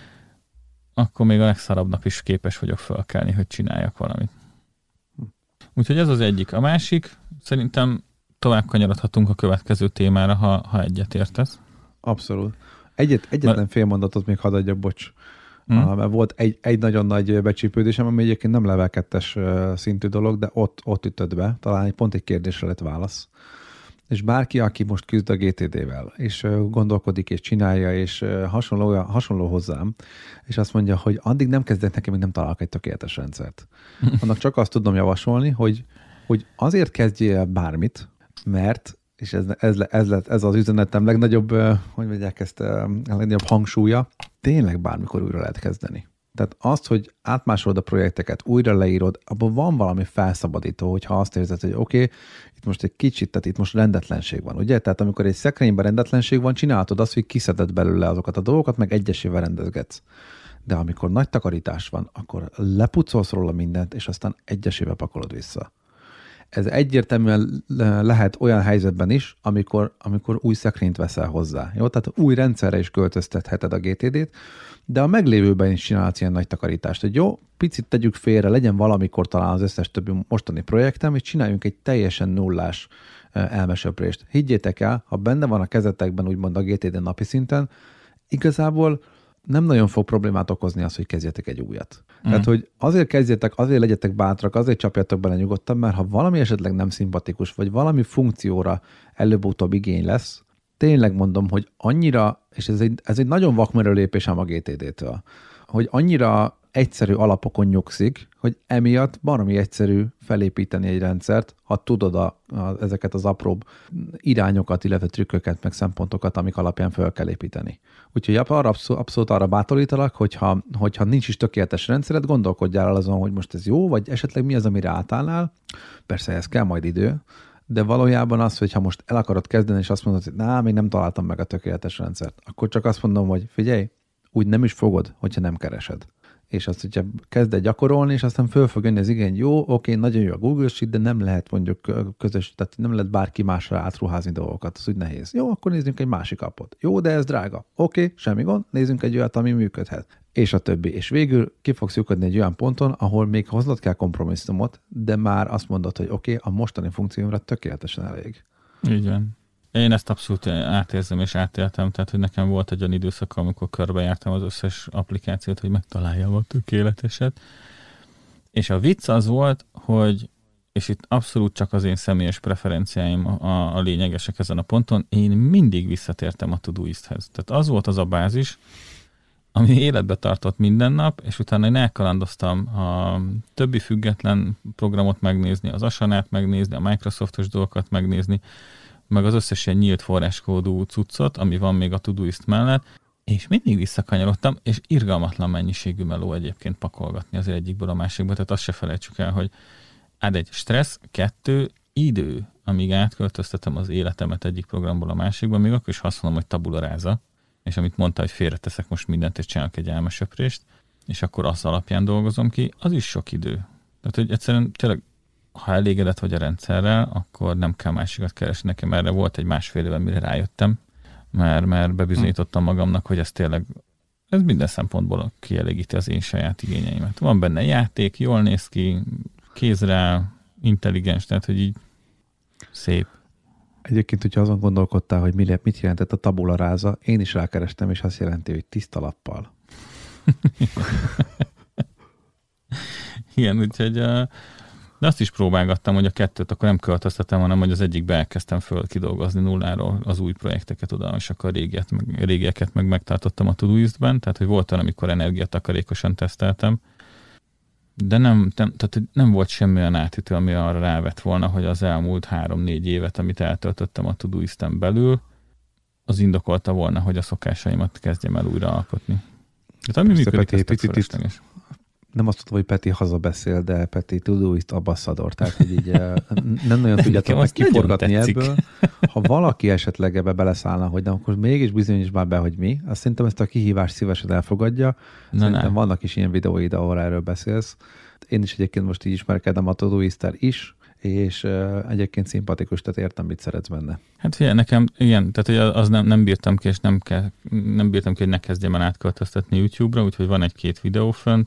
akkor még a legszarabb nap is képes vagyok felkelni, hogy csináljak valamit. Úgyhogy ez az egyik. A másik, szerintem tovább kanyarodhatunk a következő témára, ha egyet értesz. Abszolút. Egyetlen fél mondatot még hadd adjak, bocs. Mert volt egy nagyon nagy becsípődésem, ami egyébként nem level 2-es szintű dolog, de ott ütött be. Talán pont egy kérdésre lett válasz. És bárki, aki most küzd a GTD-vel, és gondolkodik, és csinálja, és hasonló hozzám, és azt mondja, hogy addig nem kezdett nekem, még nem találok egy tökéletes rendszert. Annak csak azt tudom javasolni, hogy azért kezdjél bármit, mert, és ez az üzenetem legnagyobb, hogy mondják ezt, a legnagyobb hangsúlya, tényleg bármikor újra lehet kezdeni. Tehát azt, hogy átmásolod a projekteket, újra leírod, abban van valami felszabadító, hogyha azt érzed, hogy oké, itt most egy kicsit, tehát itt most rendetlenség van, ugye? Tehát amikor egy szekrényben rendetlenség van, csinálhatod azt, hogy kiszeded belőle azokat a dolgokat, meg egyesével rendezgetsz. De amikor nagy takarítás van, akkor lepucolsz róla mindent, és aztán egyesével pakolod vissza. Ez egyértelműen lehet olyan helyzetben is, amikor új szekrényt veszel hozzá. Jó? Tehát új rendszerre is költöztetheted a GTD-t, de a meglévőben is csinálsz ilyen nagy takarítást, hogy jó, picit tegyük félre, legyen valamikor talán az összes többi mostani projektem, és csináljunk egy teljesen nullás elmesöprést. Higgyétek el, ha benne van a kezetekben úgymond a GTD napi szinten, igazából nem nagyon fog problémát okozni az, hogy kezdjetek egy újat. Tehát, hogy azért kezdjetek, azért legyetek bátrak, azért csapjatok bele nyugodtan, mert ha valami esetleg nem szimpatikus, vagy valami funkcióra előbb-utóbb igény lesz, tényleg mondom, hogy annyira, és ez egy nagyon vakmerő lépés ám a GTD-től, hogy annyira egyszerű alapokon nyugszik, hogy emiatt baromi egyszerű felépíteni egy rendszert, ha tudod ezeket az apróbb irányokat, illetve trükköket, meg szempontokat, amik alapján fel kell építeni. Úgyhogy abszolút arra bátorítalak, hogyha nincs is tökéletes rendszered, gondolkodjál el azon, hogy most ez jó, vagy esetleg mi az, amire átállnál. Persze ez kell majd idő, de valójában az, hogy ha most el akarod kezdeni, és azt mondod, hogy még nem találtam meg a tökéletes rendszert, akkor csak azt mondom, hogy figyelj, úgy nem is fogod, hogyha nem keresed. És azt, hogyha kezd el gyakorolni, és aztán föl fog jönni az igény, jó, oké, nagyon jó a Google Sheet, de nem lehet mondjuk közös, tehát nem lehet bárki másra átruházni dolgokat, az úgy nehéz. Jó, akkor nézzünk egy másik appot. Jó, de ez drága. Oké, semmi gond, nézzünk egy olyat, ami működhet. És a többi. És végül ki fogsz lyukadni egy olyan ponton, ahol még hoznod kell kompromisszumot, de már azt mondod, hogy oké, a mostani funkciómra tökéletesen elég. Így van. Én ezt abszolút átérzem és átéltem, tehát hogy nekem volt egy olyan időszak, amikor körbejártam az összes applikációt, hogy megtaláljam a tökéleteset. És a vicc az volt, hogy, és itt abszolút csak az én személyes preferenciáim a lényegesek ezen a ponton, én mindig visszatértem a Todoisthez. Tehát az volt az a bázis, ami életbe tartott minden nap, és utána én elkalandoztam a többi független programot megnézni, az Asanát megnézni, a Microsoftos dolgokat megnézni, meg az összes ilyen nyílt forráskódú cuccot, ami van még a Todoist mellett, és mindig visszakanyarodtam, és irgalmatlan mennyiségű meló egyébként pakolgatni azért egyikből a másikba, tehát azt se felejtsük el, hogy egy stressz, 2 idő, amíg átköltöztetem az életemet egyik programból a másikba, még akkor is használom, hogy tabula rasa, és amit mondta, hogy félreteszek most mindent, és csinálok egy elmesöprést, és akkor az alapján dolgozom ki, az is sok idő. Tehát, hogy egyszerűen tényleg, ha elégedett vagy a rendszerrel, akkor nem kell másikat keresni. Nekem erre volt egy 1,5 éve, mire rájöttem, mert bebizonyítottam magamnak, hogy ez tényleg, ez minden szempontból kielégíti az én saját igényeimet. Van benne játék, jól néz ki, kézre, intelligens, tehát, hogy így szép. Egyébként, hogyha azon gondolkodtál, hogy mit jelentett a tabula rasa, én is rákerestem, és azt jelenti, hogy tiszta lappal. Igen, úgyhogy de azt is próbálgattam, hogy a 2 akkor nem költöztetem, hanem hogy az egyikbe elkezdtem föl kidolgozni nulláról az új projekteket oda, és akkor a régieket meg megtartottam a Todoistben, tehát hogy volt olyan, amikor energiatakarékosan teszteltem, de nem volt semmi olyan átütő, ami arra rávett volna, hogy az elmúlt 3-4 évet, amit eltöltöttem a Todoisten belül, az indokolta volna, hogy a szokásaimat kezdjem el újra alkotni. Tehát ami működik, ez fölösleges. Nem azt tudom, hogy Peti hazabeszél, de Peti Todoist ambassador, tehát hogy így nem nagyon tudjátok meg kiforgatni ebből. Ha valaki esetleg ebbe beleszállna, hogy nem, akkor mégis bizonyos már be, hogy mi. Azt szerintem ezt a kihívást szívesen elfogadja. Szerintem vannak is ilyen videóid, ahol erről beszélsz. Én is egyébként most így ismerkedem a Todoist-tel is, és egyébként szimpatikus, tehát értem, mit szeretsz benne. Hát figyelj, nekem, igen, tehát hogy az nem bírtam ki, és nem bírtam ki, hogy ne kezdjem el átköltöztetni YouTube-ra, úgyhogy van 1-2 videó fönt,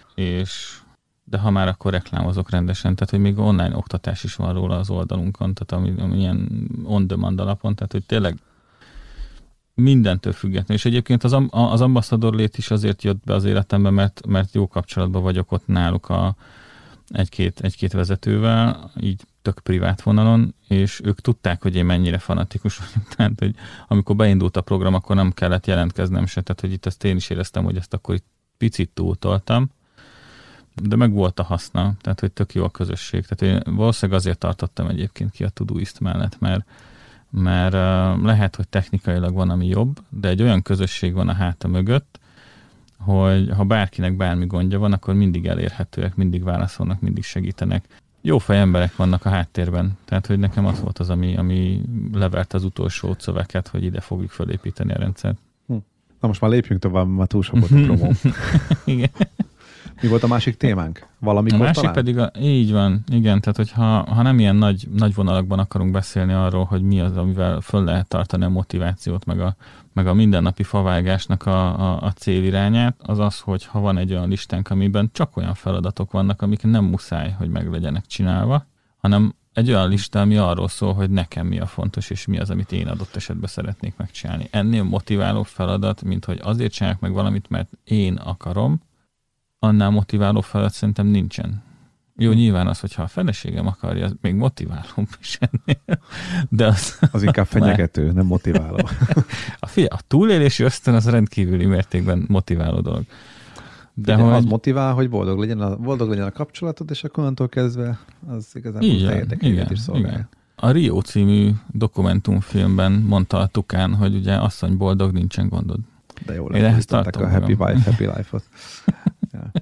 de ha már akkor reklámozok rendesen, tehát hogy még online oktatás is van róla az oldalunkon, tehát ami ilyen on-demand alapon, tehát hogy tényleg mindentől függetlenül. És egyébként az ambassador lét is azért jött be az életembe, mert jó kapcsolatban vagyok ott náluk egy-két vezetővel, így tök privát vonalon, és ők tudták, hogy én mennyire fanatikus vagyok. Tehát, hogy amikor beindult a program, akkor nem kellett jelentkeznem se, tehát hogy itt ezt én is éreztem, hogy ezt akkor itt picit túltoltam, de meg volt a haszna, tehát hogy tök jó a közösség. Tehát én valószínűleg azért tartottam egyébként ki a Todoist mellett, mert lehet, hogy technikailag van, ami jobb, de egy olyan közösség van a háta mögött, hogy ha bárkinek bármi gondja van, akkor mindig elérhetőek, mindig válaszolnak, mindig segítenek. Jó fej emberek vannak a háttérben, tehát hogy nekem az volt az, ami levert az utolsó szöveket, hogy ide fogjuk felépíteni a rendszert. Na most már lépjünk tovább, már túl sok volt a promó. Igen. Mi volt a másik témánk? Valamikor a másik talán? pedig, így van, igen, tehát hogy ha nem ilyen nagy vonalakban akarunk beszélni arról, hogy mi az, amivel föl lehet tartani a motivációt, meg a mindennapi favágásnak a célirányát, az, hogy ha van egy olyan listánk, amiben csak olyan feladatok vannak, amik nem muszáj, hogy meg legyenek csinálva, hanem egy olyan lista, ami arról szól, hogy nekem mi a fontos, és mi az, amit én adott esetben szeretnék megcsinálni. Ennél motiváló feladat, mint hogy azért csinálják meg valamit, mert én akarom, annál motiváló feladat szerintem nincsen. Jó, nyilván az, hogyha a feleségem akarja, az még motiválóbb is ennél. De az inkább fenyegető, nem motiváló. A túlélési ösztön az rendkívüli mértékben motiváló dolog. De igen, az motivál, hogy boldog legyen a kapcsolatod, és akkor onnantól kezdve az igazából te érdekeket is szolgálja. Igen. A Rio című dokumentumfilmben mondta a Tukán, hogy ugye asszony boldog, nincsen gondod. De jól lefordították a Happy Wife, Happy Life-ot. Ja.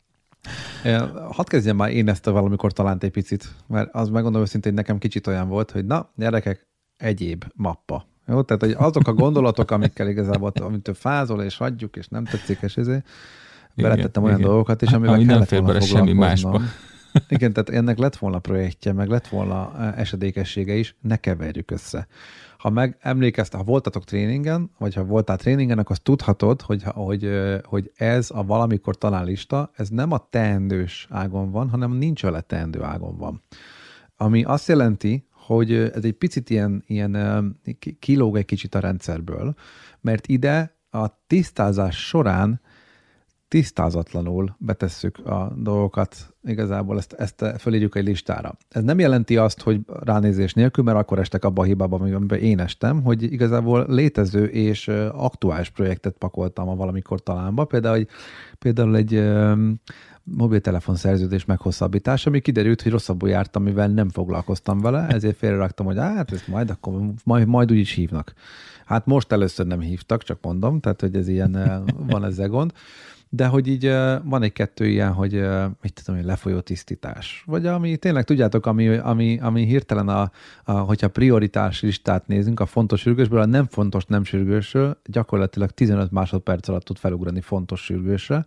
Hadd kezdjem már én ezt valamikor talált egy picit, mert az megmondom őszintén, hogy nekem kicsit olyan volt, hogy na, gyerekek, egyéb mappa. Jó? Tehát, hogy azok a gondolatok, amikkel igazából, amitől fázol, és hagyjuk, és nem tetszik, és ezért beletettem olyan dolgokat, és amivel kellett volna foglalkoznom. Igen, tehát ennek lett volna projektje, meg lett volna esedékessége is, ne keverjük össze. Ha emlékeztek, ha voltatok tréningen, vagy ha voltál tréningen, akkor azt tudhatod, hogy ez a valamikor talán lista, ez nem a teendős ágon van, hanem nincs vele teendő ágon van. Ami azt jelenti, hogy ez egy picit ilyen kilóg egy kicsit a rendszerből, mert ide a tisztázás során tisztázatlanul betesszük a dolgokat, igazából ezt fölírjuk egy listára. Ez nem jelenti azt, hogy ránézés nélkül, mert akkor estek abba a hibába, amiben én estem, hogy igazából létező és aktuális projektet pakoltam a valamikor talánba, például egy mobiltelefon szerződés meghosszabbítás, ami kiderült, hogy rosszabbul jártam, mivel nem foglalkoztam vele, ezért félreraktam, hogy hát ezt majd úgy is hívnak. Hát most először nem hívtak, csak mondom, tehát hogy ez ilyen, van ezzel gond. De hogy így van egy-kettő ilyen, hogy mit tudom, hogy lefolyó tisztítás. Vagy ami tényleg, tudjátok, ami hirtelen, hogyha prioritás listát nézünk, a fontos sürgősből, a nem fontos nem sürgősről gyakorlatilag 15 másodperc alatt tud felugrani fontos sürgősre,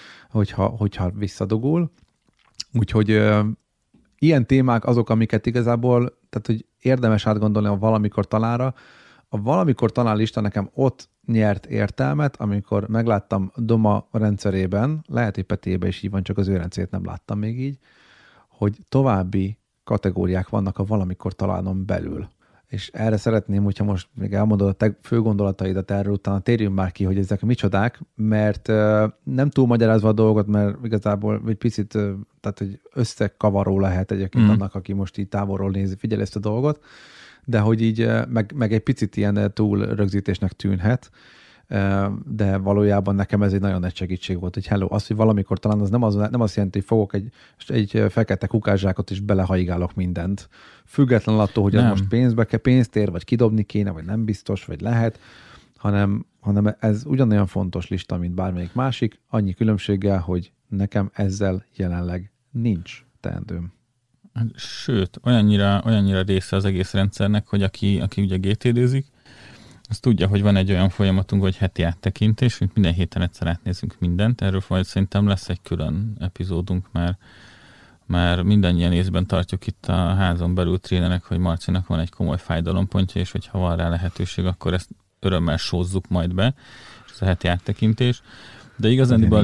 hogyha visszadugul. Úgyhogy ilyen témák azok, amiket igazából, tehát hogy érdemes átgondolni a valamikor talánra. A valamikor talán lista nekem ott nyert értelmet, amikor megláttam Doma rendszerében, lehet, hogy Petébe is így van, csak az ő rendszerét nem láttam még így, hogy további kategóriák vannak a valamikor talánon belül. És erre szeretném, hogyha most még elmondod a te fő gondolataidat erről, utána térjünk már ki, hogy ezek micsodák, mert nem túl magyarázva a dolgot, mert igazából egy picit, tehát hogy összekavaró lehet egyébként annak, aki most így távolról nézi, figyel ezt a dolgot, de hogy így meg egy picit ilyen túl rögzítésnek tűnhet, de valójában nekem ez egy nagyon nagy segítség volt, hogy hello, az, hogy valamikor talán az nem azt jelenti, hogy fogok egy fekete kukázsákot és belehajigálok mindent. Független attól, hogy ez most pénzt ér, vagy kidobni kéne, vagy nem biztos, vagy lehet, hanem ez ugyanolyan fontos lista, mint bármelyik másik, annyi különbséggel, hogy nekem ezzel jelenleg nincs teendőm. Sőt, olyannyira része az egész rendszernek, hogy aki ugye GTD-zik, az tudja, hogy van egy olyan folyamatunk, hogy heti áttekintés, hogy minden héten egyszer átnézünk mindent. Erről majd szerintem lesz egy külön epizódunk, mert mindannyian észben tartjuk itt a házon belül trénerek, hogy Marcinak van egy komoly fájdalompontja, és hogyha van rá lehetőség, akkor ezt örömmel sózzuk majd be, és ez a heti áttekintés. De igazándiból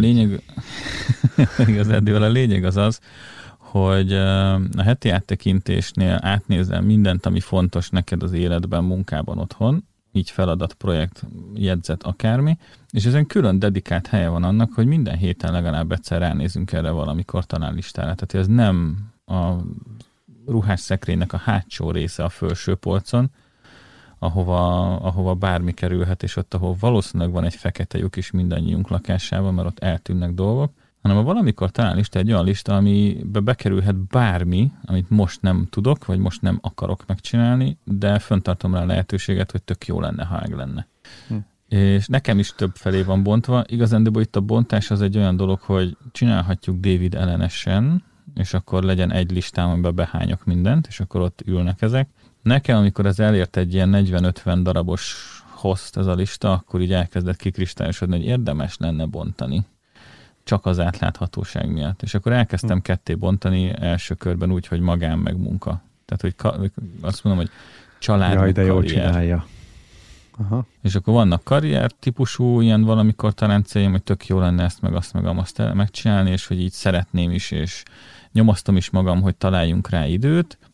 a lényeg az, hogy a heti áttekintésnél átnézel mindent, ami fontos neked az életben, munkában, otthon, így feladat, projekt, jegyzet, akármi, és ezen külön dedikált helye van annak, hogy minden héten legalább egyszer ránézünk erre valamikor talán listára. Tehát ez nem a ruhásszekrénynek a hátsó része a felső polcon, ahova bármi kerülhet, és ott, ahol valószínűleg van egy fekete lyuk is mindannyiunk lakásában, mert ott eltűnnek dolgok, hanem a valamikor talán lista egy olyan lista, amibe bekerülhet bármi, amit most nem tudok, vagy most nem akarok megcsinálni, de fenntartom rá a lehetőséget, hogy tök jó lenne, ha meg lenne. És nekem is több felé van bontva. Igazándiból itt a bontás az egy olyan dolog, hogy csinálhatjuk David ellenesen, és akkor legyen egy listám, amiben behányok mindent, és akkor ott ülnek ezek. Nekem, amikor ez elért egy ilyen 40-50 darabos host ez a lista, akkor így elkezdett kikristályosodni, hogy érdemes lenne bontani. Csak az átláthatóság miatt. És akkor elkezdtem ketté bontani első körben úgy, hogy magán meg munka. Tehát, hogy azt mondom, hogy család, jaj, de jól csinálja. Aha. És akkor vannak karrier típusú, ilyen valamikor talán célom, hogy tök jó lenne ezt meg azt meg azt megcsinálni, és hogy így szeretném is, és nyomoztam is magam, hogy találjunk rá időt,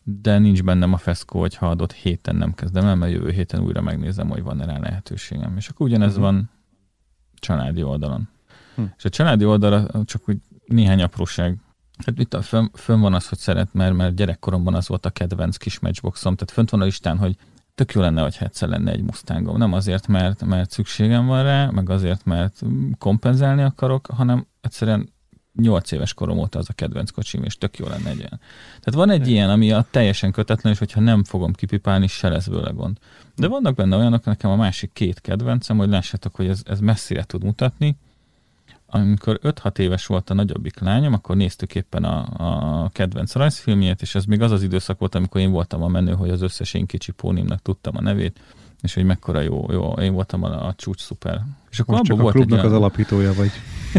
de nincs bennem a feszkó, hogy ha adott héten nem kezdem el, mert jövő héten újra megnézem, hogy van-e rá lehetőségem. És akkor ugyanez van családi oldalon. És a családi oldalra csak úgy néhány apróság. Hát itt fönn van az, hogy szeret, mert gyerekkoromban az volt a kedvenc kis matchboxom, tehát fönt van a listán, hogy tök jó lenne, hogyha egyszer lenne egy Mustangom. Nem azért, mert szükségem van rá, meg azért, mert kompenzálni akarok, hanem egyszerűen 8 éves korom óta az a kedvenc kocsim, és tök jó lenne egy ilyen. Tehát van egy ilyen, ami a teljesen kötetlen, és hogyha nem fogom kipipálni, se lesz vele gond. De vannak benne olyanok, nekem a másik 2 kedvencem, hogy lássátok, hogy ez messzire tud mutatni. Amikor 5-6 éves volt a nagyobbik lányom, akkor néztük éppen a kedvenc rajzfilmjét, és ez még az időszak volt, amikor én voltam a menő, hogy az összes én kicsi pónimnak tudtam a nevét, és hogy mekkora jó, én voltam a csúcs szuper. És akkor most csak a klubnak az alapítója vagy.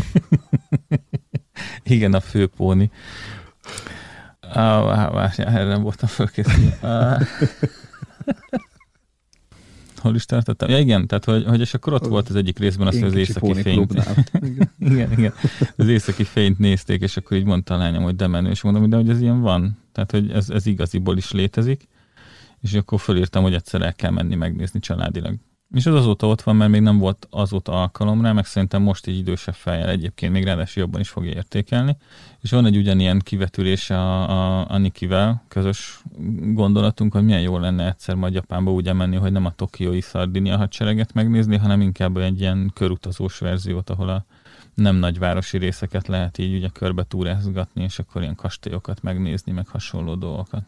Igen, a fő póni. Erre nem voltam fölkészülve. Hol is tartottam? Ja, igen, tehát hogy és akkor ott volt az egyik részben az, hogy az északi fényt. igen. Az északi fényt nézték, és akkor így mondta a lányom, hogy de menő, és mondom, de hogy ez ilyen van. Tehát, hogy ez igaziból is létezik, és akkor fölírtam, hogy egyszer el kell menni megnézni családilag. És az azóta ott van, mert még nem volt azóta alkalom rá, meg szerintem most egy idősebb fejjel egyébként még ráadásul jobban is fogja értékelni. És van egy ugyanilyen kivetülése a Nikivel, közös gondolatunk, hogy milyen jó lenne egyszer majd Japánba úgy elmenni, hogy nem a tokiói Szardinia hadsereget megnézni, hanem inkább egy ilyen körutazós verziót, ahol a nem nagyvárosi részeket lehet így ugye körbe túrázgatni, és akkor ilyen kastélyokat megnézni, meg hasonló dolgokat.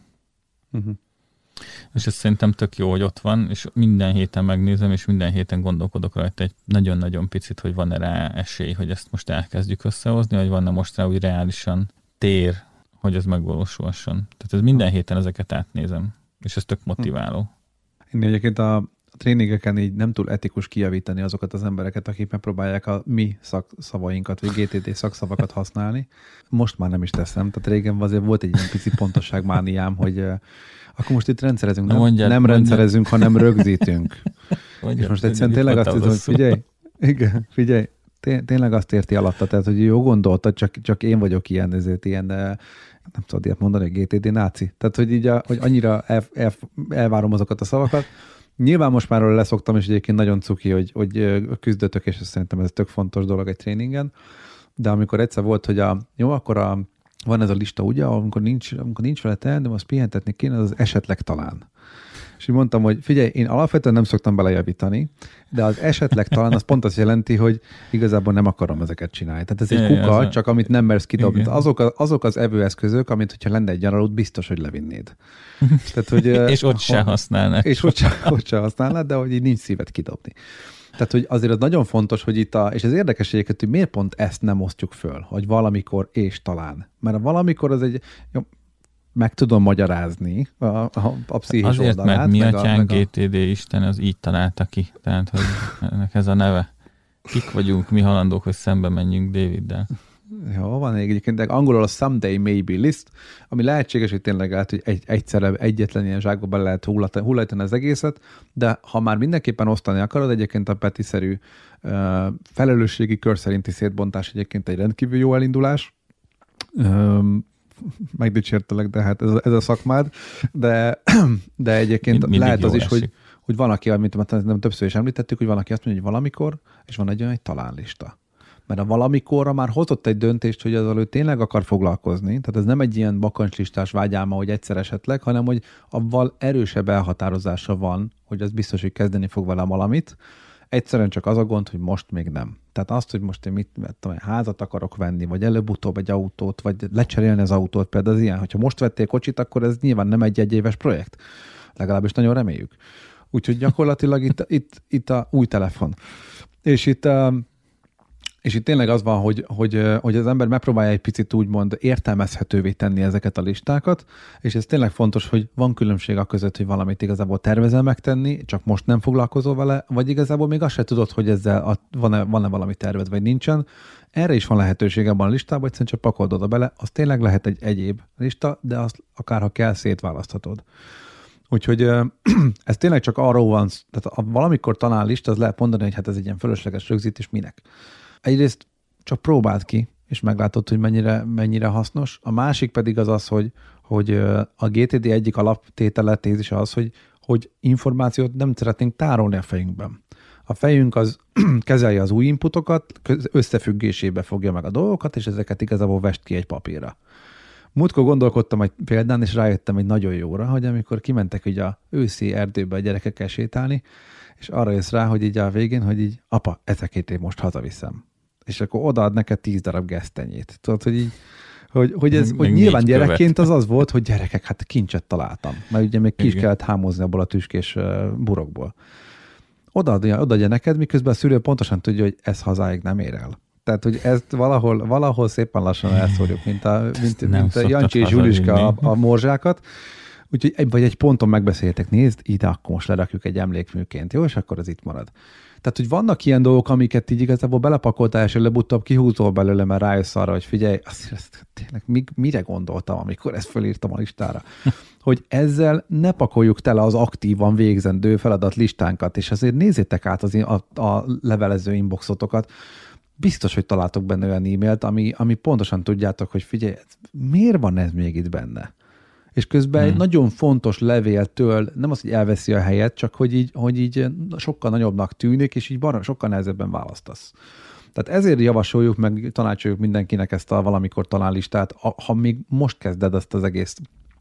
És ez szerintem tök jó, hogy ott van, és minden héten megnézem, és minden héten gondolkodok rajta egy nagyon-nagyon picit, hogy van-e rá esély, hogy ezt most elkezdjük összehozni, vagy van-e most rá úgy reálisan tér, hogy ez megvalósulhasson. Tehát ez minden héten ezeket átnézem, és ez tök motiváló. Én egyébként a tréningeken így nem túl etikus kijavítani azokat az embereket, akik megpróbálják a mi szakszavainkat, vagy GTD szakszavakat használni. Most már nem is teszem, tehát régen azért volt egy ilyen pici pontosságmániám, hogy akkor most itt rendszerezünk, nem rendszerezünk, hanem rögzítünk. És most egyszerűen tényleg azt hiszem, hogy figyelj, tényleg azt érti alatta, tehát, hogy jó gondoltad, csak én vagyok ilyen, ezért ilyen, nem tudod ilyet mondani, GTD náci. Tehát, hogy így hogy annyira elvárom azokat a szavakat. Nyilván most már leszoktam, és egyébként nagyon cuki, hogy küzdötök, és szerintem ez tök fontos dolog egy tréningen. De amikor egyszer volt, hogy akkor van ez a lista, ugye, amikor nincs vele teendőm, azt pihentetni kéne, az esetleg talán. És így mondtam, hogy figyelj, én alapvetően nem szoktam belejavítani, de az esetleg talán az pont azt jelenti, hogy igazából nem akarom ezeket csinálni. Tehát ez egy kuka, csak amit nem mersz kidobni. Azok az evőeszközök, amit hogyha lenne egy nyaralód, biztos, hogy levinnéd. Tehát, hogy, és ott se használnád. És ott se használnád, de hogy így nincs szívet kidobni. Tehát, hogy azért az nagyon fontos, hogy és ez érdekes egyébként, hogy miért pont ezt nem osztjuk föl, hogy valamikor és talán. Mert a valamikor az egy, meg tudom magyarázni a pszichés azért, oldalát. Azért, mert mi atyánk GTD Isten az így találta ki. Tehát, hogy ennek ez a neve. Kik vagyunk, mi halandók, hogy szembe menjünk Daviddel. Jó, van egyébként, de angolul a someday maybe list, ami lehetséges, hogy tényleg lehet, hogy egyszerre egyetlen ilyen zsákba bele lehet hullajtani az egészet, de ha már mindenképpen osztani akarod, egyébként a Peti-szerű felelősségi kör szerinti szétbontás egyébként egy rendkívül jó elindulás. Megdicsértelek, de hát ez a szakmád, de egyébként lehet az is, hogy van aki, amit nem többször is említettük, hogy van aki azt mondja, hogy valamikor, és van egy olyan, egy talánlista. Mert a valamikorra már hozott egy döntést, hogy azzal ő tényleg akar foglalkozni. Tehát ez nem egy ilyen bakancslistás vágyálma, hogy egyszer esetleg, hanem hogy avval erősebb elhatározása van, hogy az biztos, hogy kezdeni fog vele valamit. Egyszerűen csak az a gond, hogy most még nem. Tehát azt, hogy most én házat akarok venni, vagy előbb-utóbb egy autót, vagy lecserélni az autót, például az ilyen, hogyha most vettél kocsit, akkor ez nyilván nem egy éves projekt. Legalábbis nagyon reméljük. Úgyhogy gyakorlatilag itt a új telefon. És itt tényleg az van, hogy az ember megpróbálja egy picit úgymond értelmezhetővé tenni ezeket a listákat, és ez tényleg fontos, hogy van különbség a között, hogy valamit igazából tervezel megtenni, csak most nem foglalkozol vele, vagy igazából még azt se tudod, hogy ezzel van-e valami terved, vagy nincsen. Erre is van lehetőség abban a listában, hogy csak pakold oda bele, az tényleg lehet egy egyéb lista, de azt akárha kell, szétválaszthatod. Úgyhogy ez tényleg csak arról van, tehát valamikor talán lista, az lehet mondani, hogy hát ez egy ilyen fölösleges rögzítés, minek. Egyrészt csak próbáld ki, és meglátod, hogy mennyire hasznos. A másik pedig az, hogy a GTD egyik alaptétele, tézis az, hogy információt nem szeretnénk tárolni a fejünkben. A fejünk az kezelje az új inputokat, összefüggésébe fogja meg a dolgokat, és ezeket igazából vest ki egy papírra. Múltkor gondolkodtam egy példán, és rájöttem egy nagyon jóra, hogy amikor kimentek ugye a őszi erdőbe a gyerekekkel sétálni, és arra jössz rá, hogy így a végén, hogy így, apa, ezekét én most hazaviszem. És akkor odaad neked 10 darab gesztenyét. Tudod, hogy így, hogy nyilván gyerekként az volt, hogy gyerekek, hát kincset találtam. Mert ugye még ki is kellett hámozni abból a tüskés burokból. Odaadja neked, miközben a szülő pontosan tudja, hogy ez hazáig nem ér el. Tehát, hogy ezt valahol szépen lassan elszórjuk, mint a Jancsi és Zsuliska a morzsákat. Úgyhogy vagy egy ponton megbeszéltek, nézd, ide akkor most lerakjuk egy emlékműként, jó? És akkor az itt marad. Tehát, hogy vannak ilyen dolgok, amiket így igazából belepakoltál, és előbb-utóbb kihúzol belőle, mert rájössz arra, hogy figyelj, azt tényleg mire gondoltam, amikor ezt fölírtam a listára. Hogy ezzel ne pakoljuk tele az aktívan végzendő feladatlistánkat, és azért nézzétek át a levelező inboxotokat. Biztos, hogy találtok benne olyan e-mailt, ami pontosan tudjátok, hogy figyelj, miért van ez még itt benne? És közben egy nagyon fontos levéltől nem az, hogy elveszi a helyet, csak hogy így sokkal nagyobbnak tűnik, és így sokkal nehezebben választasz. Tehát ezért javasoljuk, meg tanácsoljuk mindenkinek ezt a valamikor talán listát, ha még most kezded ezt az egész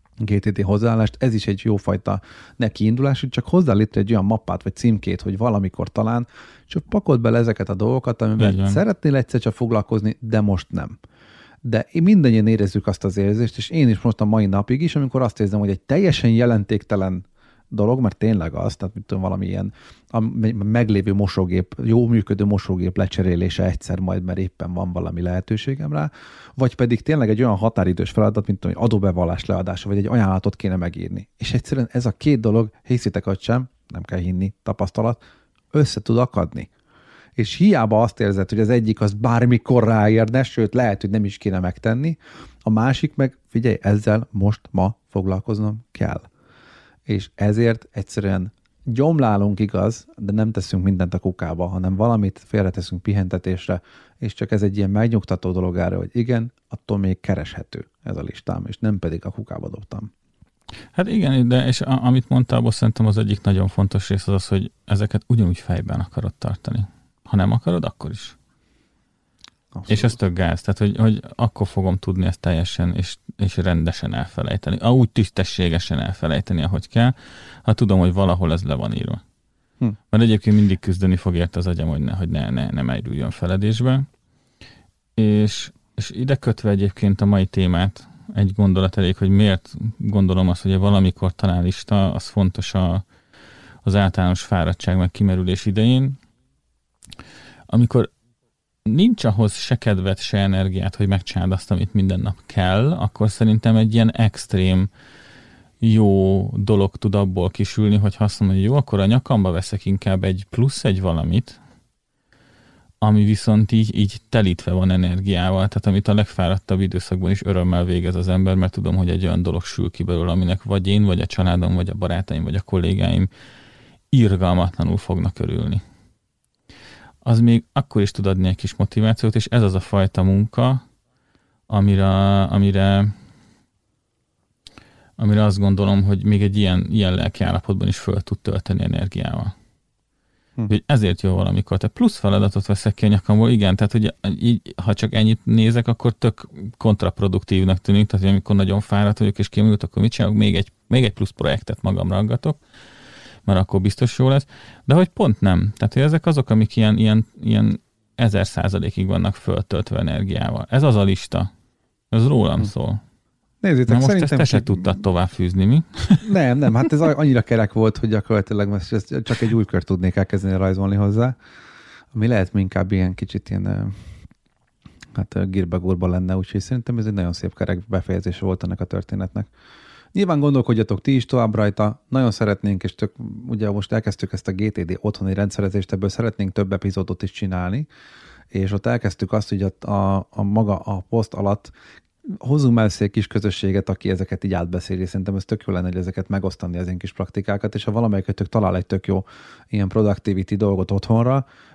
GTD hozzáállást, ez is egy jófajta nekiindulás, hogy csak hozzá létre egy olyan mappát vagy címkét, hogy valamikor talán csak pakold bele ezeket a dolgokat, amivel szeretnél egyszer csak foglalkozni, de most nem. De mindannyian érezzük azt az érzést, és én is most a mai napig is, amikor azt érzem, hogy egy teljesen jelentéktelen dolog, mert tényleg az, tehát mit tudom, valami ilyen a meglévő mosógép, jó működő mosógép lecserélése egyszer majd, mert éppen van valami lehetőségem rá, vagy pedig tényleg egy olyan határidős feladat, mint tudom, adóbevallás leadása, vagy egy ajánlatot kéne megírni. És egyszerűen ez a két dolog, hiszitek vagy sem, nem kell hinni, tapasztalat, össze tud akadni. És hiába azt érzed, hogy az egyik az bármikor ráérne, sőt, lehet, hogy nem is kéne megtenni, a másik meg, figyelj, ezzel most ma foglalkoznom kell. És ezért egyszerűen gyomlálunk, igaz, de nem teszünk mindent a kukába, hanem valamit félreteszünk pihentetésre, és csak ez egy ilyen megnyugtató dolog arra, hogy igen, attól még kereshető ez a listám, és nem pedig a kukába dobtam. Hát igen, de és amit mondtál, abból szerintem az egyik nagyon fontos rész az, hogy ezeket ugyanúgy fejben akarod tartani. Ha nem akarod, akkor is. Abszolút. És ez tök gáz. Tehát, hogy akkor fogom tudni ezt teljesen és rendesen elfelejteni. Úgy tisztességesen elfelejteni, ahogy kell, ha tudom, hogy valahol ez le van írva. Mert egyébként mindig küzdeni fog érte az agyam, hogy ne merüljön feledésbe. És ide kötve egyébként a mai témát, egy gondolat elég, hogy miért gondolom azt, hogy valamikor talán lista, az fontos az általános fáradtság meg kimerülés idején, amikor nincs ahhoz se kedved, se energiát, hogy megcsináld azt, amit minden nap kell, akkor szerintem egy ilyen extrém jó dolog tud abból kisülni, hogy azt mondom, hogy jó, akkor a nyakamba veszek inkább egy valamit, ami viszont így telítve van energiával, tehát amit a legfáradtabb időszakban is örömmel végez az ember, mert tudom, hogy egy olyan dolog sül ki belőle, aminek vagy én, vagy a családom, vagy a barátaim, vagy a kollégáim irgalmatlanul fognak örülni. Az még akkor is tud adni egy kis motivációt, és ez az a fajta munka, amire azt gondolom, hogy még egy ilyen lelki állapotban is föl tud tölteni energiával. Hogy ezért jó valamikor. Tehát plusz feladatot veszek ki a nyakamból, igen, tehát hogy így, ha csak ennyit nézek, akkor tök kontraproduktívnak tűnik, tehát hogy amikor nagyon fáradt vagyok és kimerült, akkor mit csinálok? Még egy plusz projektet magamra aggatok, mert akkor biztos jó lesz. De hogy pont nem. Tehát, hogy ezek azok, amik ilyen 1000%-ig vannak föltöltve energiával. Ez az a lista. Ez rólam szól. Nézzétek, most ezt te se tudtad továbbfűzni, mi? Nem, hát ez annyira kerek volt, hogy gyakorlatilag most csak egy új kört tudnék elkezdeni rajzolni hozzá, ami lehet inkább ilyen kicsit ilyen gírba-gurba lenne, úgyhogy szerintem ez egy nagyon szép kerek befejezése volt ennek a történetnek. Nyilván gondolkodjatok ti is tovább rajta, nagyon szeretnénk, és ugye most elkezdtük ezt a GTD otthoni rendszerezést, ebből szeretnénk több epizódot is csinálni, és ott elkezdtük azt, hogy a poszt alatt hozzunk már össze egy kis közösséget, aki ezeket így átbeszéli. Szerintem ez tök jó lenne, hogy ezeket megosztani, az én kis praktikákat, és ha valamelyikötök talál egy tök jó ilyen productivity dolgot otthonra,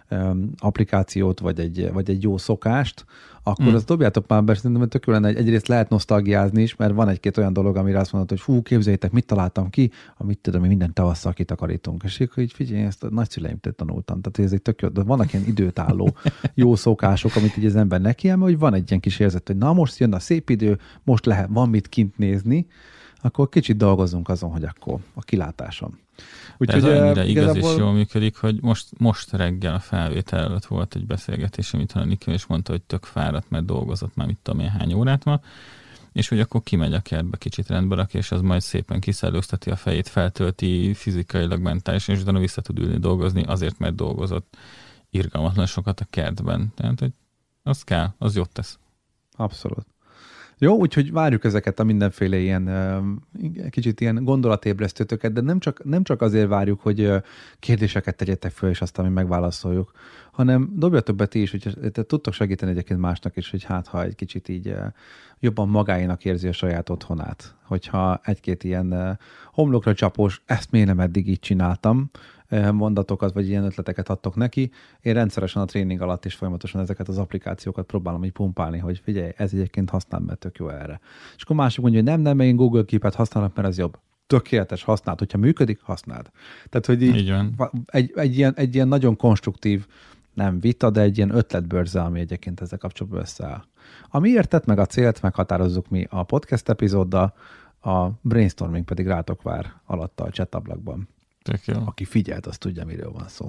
applikációt, vagy egy jó szokást, akkor azt dobjátok már be, szerintem tök jó lenne, egyrészt lehet nosztalgiázni is, mert van egy-két olyan dolog, amire azt mondod, hogy fú, képzeljétek, mit találtam ki, amit tudom, mi minden tavasszal kitakarítunk. És akkor így figyelj, ezt a nagyszüleimtől tanultam. Tehát ez egy tök jó, de vannak ilyen időtálló jó szokások, amit így az ember nekiemel, hogy van egy ilyen kis érzet, hogy na most jön a szép idő, most lehet, van mit kint nézni, akkor kicsit dolgozzunk azon, hogy akkor a kilátáson. Úgyhogy ez annyira igaz és jól működik, hogy most reggel a felvétel előtt volt egy beszélgetés, amit a Niki és mondta, hogy tök fáradt, mert dolgozott már mit tudom én hány órát ma, és hogy akkor kimegy a kertbe, kicsit rendbe rakja, és az majd szépen kiszellőzteti a fejét, feltölti fizikailag, mentálisan, és utána vissza tud ülni dolgozni, azért, mert dolgozott irgalmatlan sokat a kertben. Tehát, hogy az kell, az jót tesz. Abszolút. Jó, úgyhogy várjuk ezeket a mindenféle ilyen kicsit ilyen gondolatébresztőtöket, de nem csak azért várjuk, hogy kérdéseket tegyetek föl, és aztán mi megválaszoljuk, hanem dobjatok be ti is, hogy tudtok segíteni egyébként másnak is, hogy hát ha egy kicsit így jobban magáénak érzi a saját otthonát. Hogyha egy-két ilyen homlokra csapós, ezt miért nem eddig így csináltam, mondatokat, vagy ilyen ötleteket adtok neki. Én rendszeresen a tréning alatt is folyamatosan ezeket az applikációkat próbálom így pumpálni, hogy figyelj, ez egyébként használom, mert tök jó erre. És akkor másik mondja, hogy nem, én Google Keep-et használok, mert ez jobb. Tökéletes, használd. Hogyha működik, használd. Tehát, hogy így egy ilyen nagyon konstruktív, nem vita, de egy ilyen ötletbörze, ami egyébként ezzel kapcsolatban összeáll. A miértet, meg a célt meghatározzuk mi a podcast epizóddal, a brainstorming pedig rátok vár alatta a chat ablakban. Aki figyelt, az tudja, miről van szó.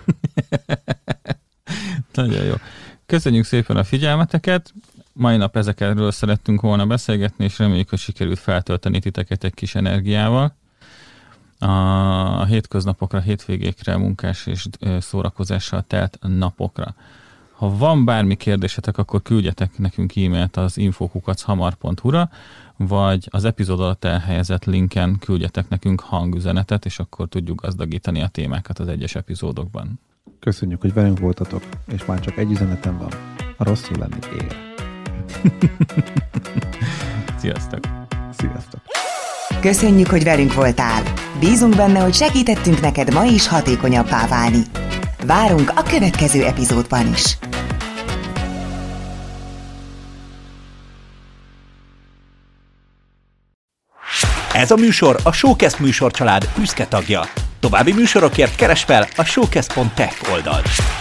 Nagyon jó. Köszönjük szépen a figyelmeteket. Mai nap ezekről szerettünk volna beszélgetni, és reméljük, hogy sikerült feltölteni titeket egy kis energiával. A hétköznapokra, hétvégékre, munkás és szórakozással telt napokra. Ha van bármi kérdésetek, akkor küldjetek nekünk e-mailt az info@hamar.hu-ra, vagy az epizód alatt elhelyezett linken küldjetek nekünk hangüzenetet, és akkor tudjuk gazdagítani a témákat az egyes epizódokban. Köszönjük, hogy velünk voltatok, és már csak egy üzenetem van. A rosszul lenni ér. Sziasztok! Sziasztok! Köszönjük, hogy velünk voltál! Bízunk benne, hogy segítettünk neked ma is hatékonyabbá válni. Várunk a következő epizódban is! Ez a műsor a Showcast műsorcsalád büszke tagja. További műsorokért keresd fel a showcast.tech oldalt.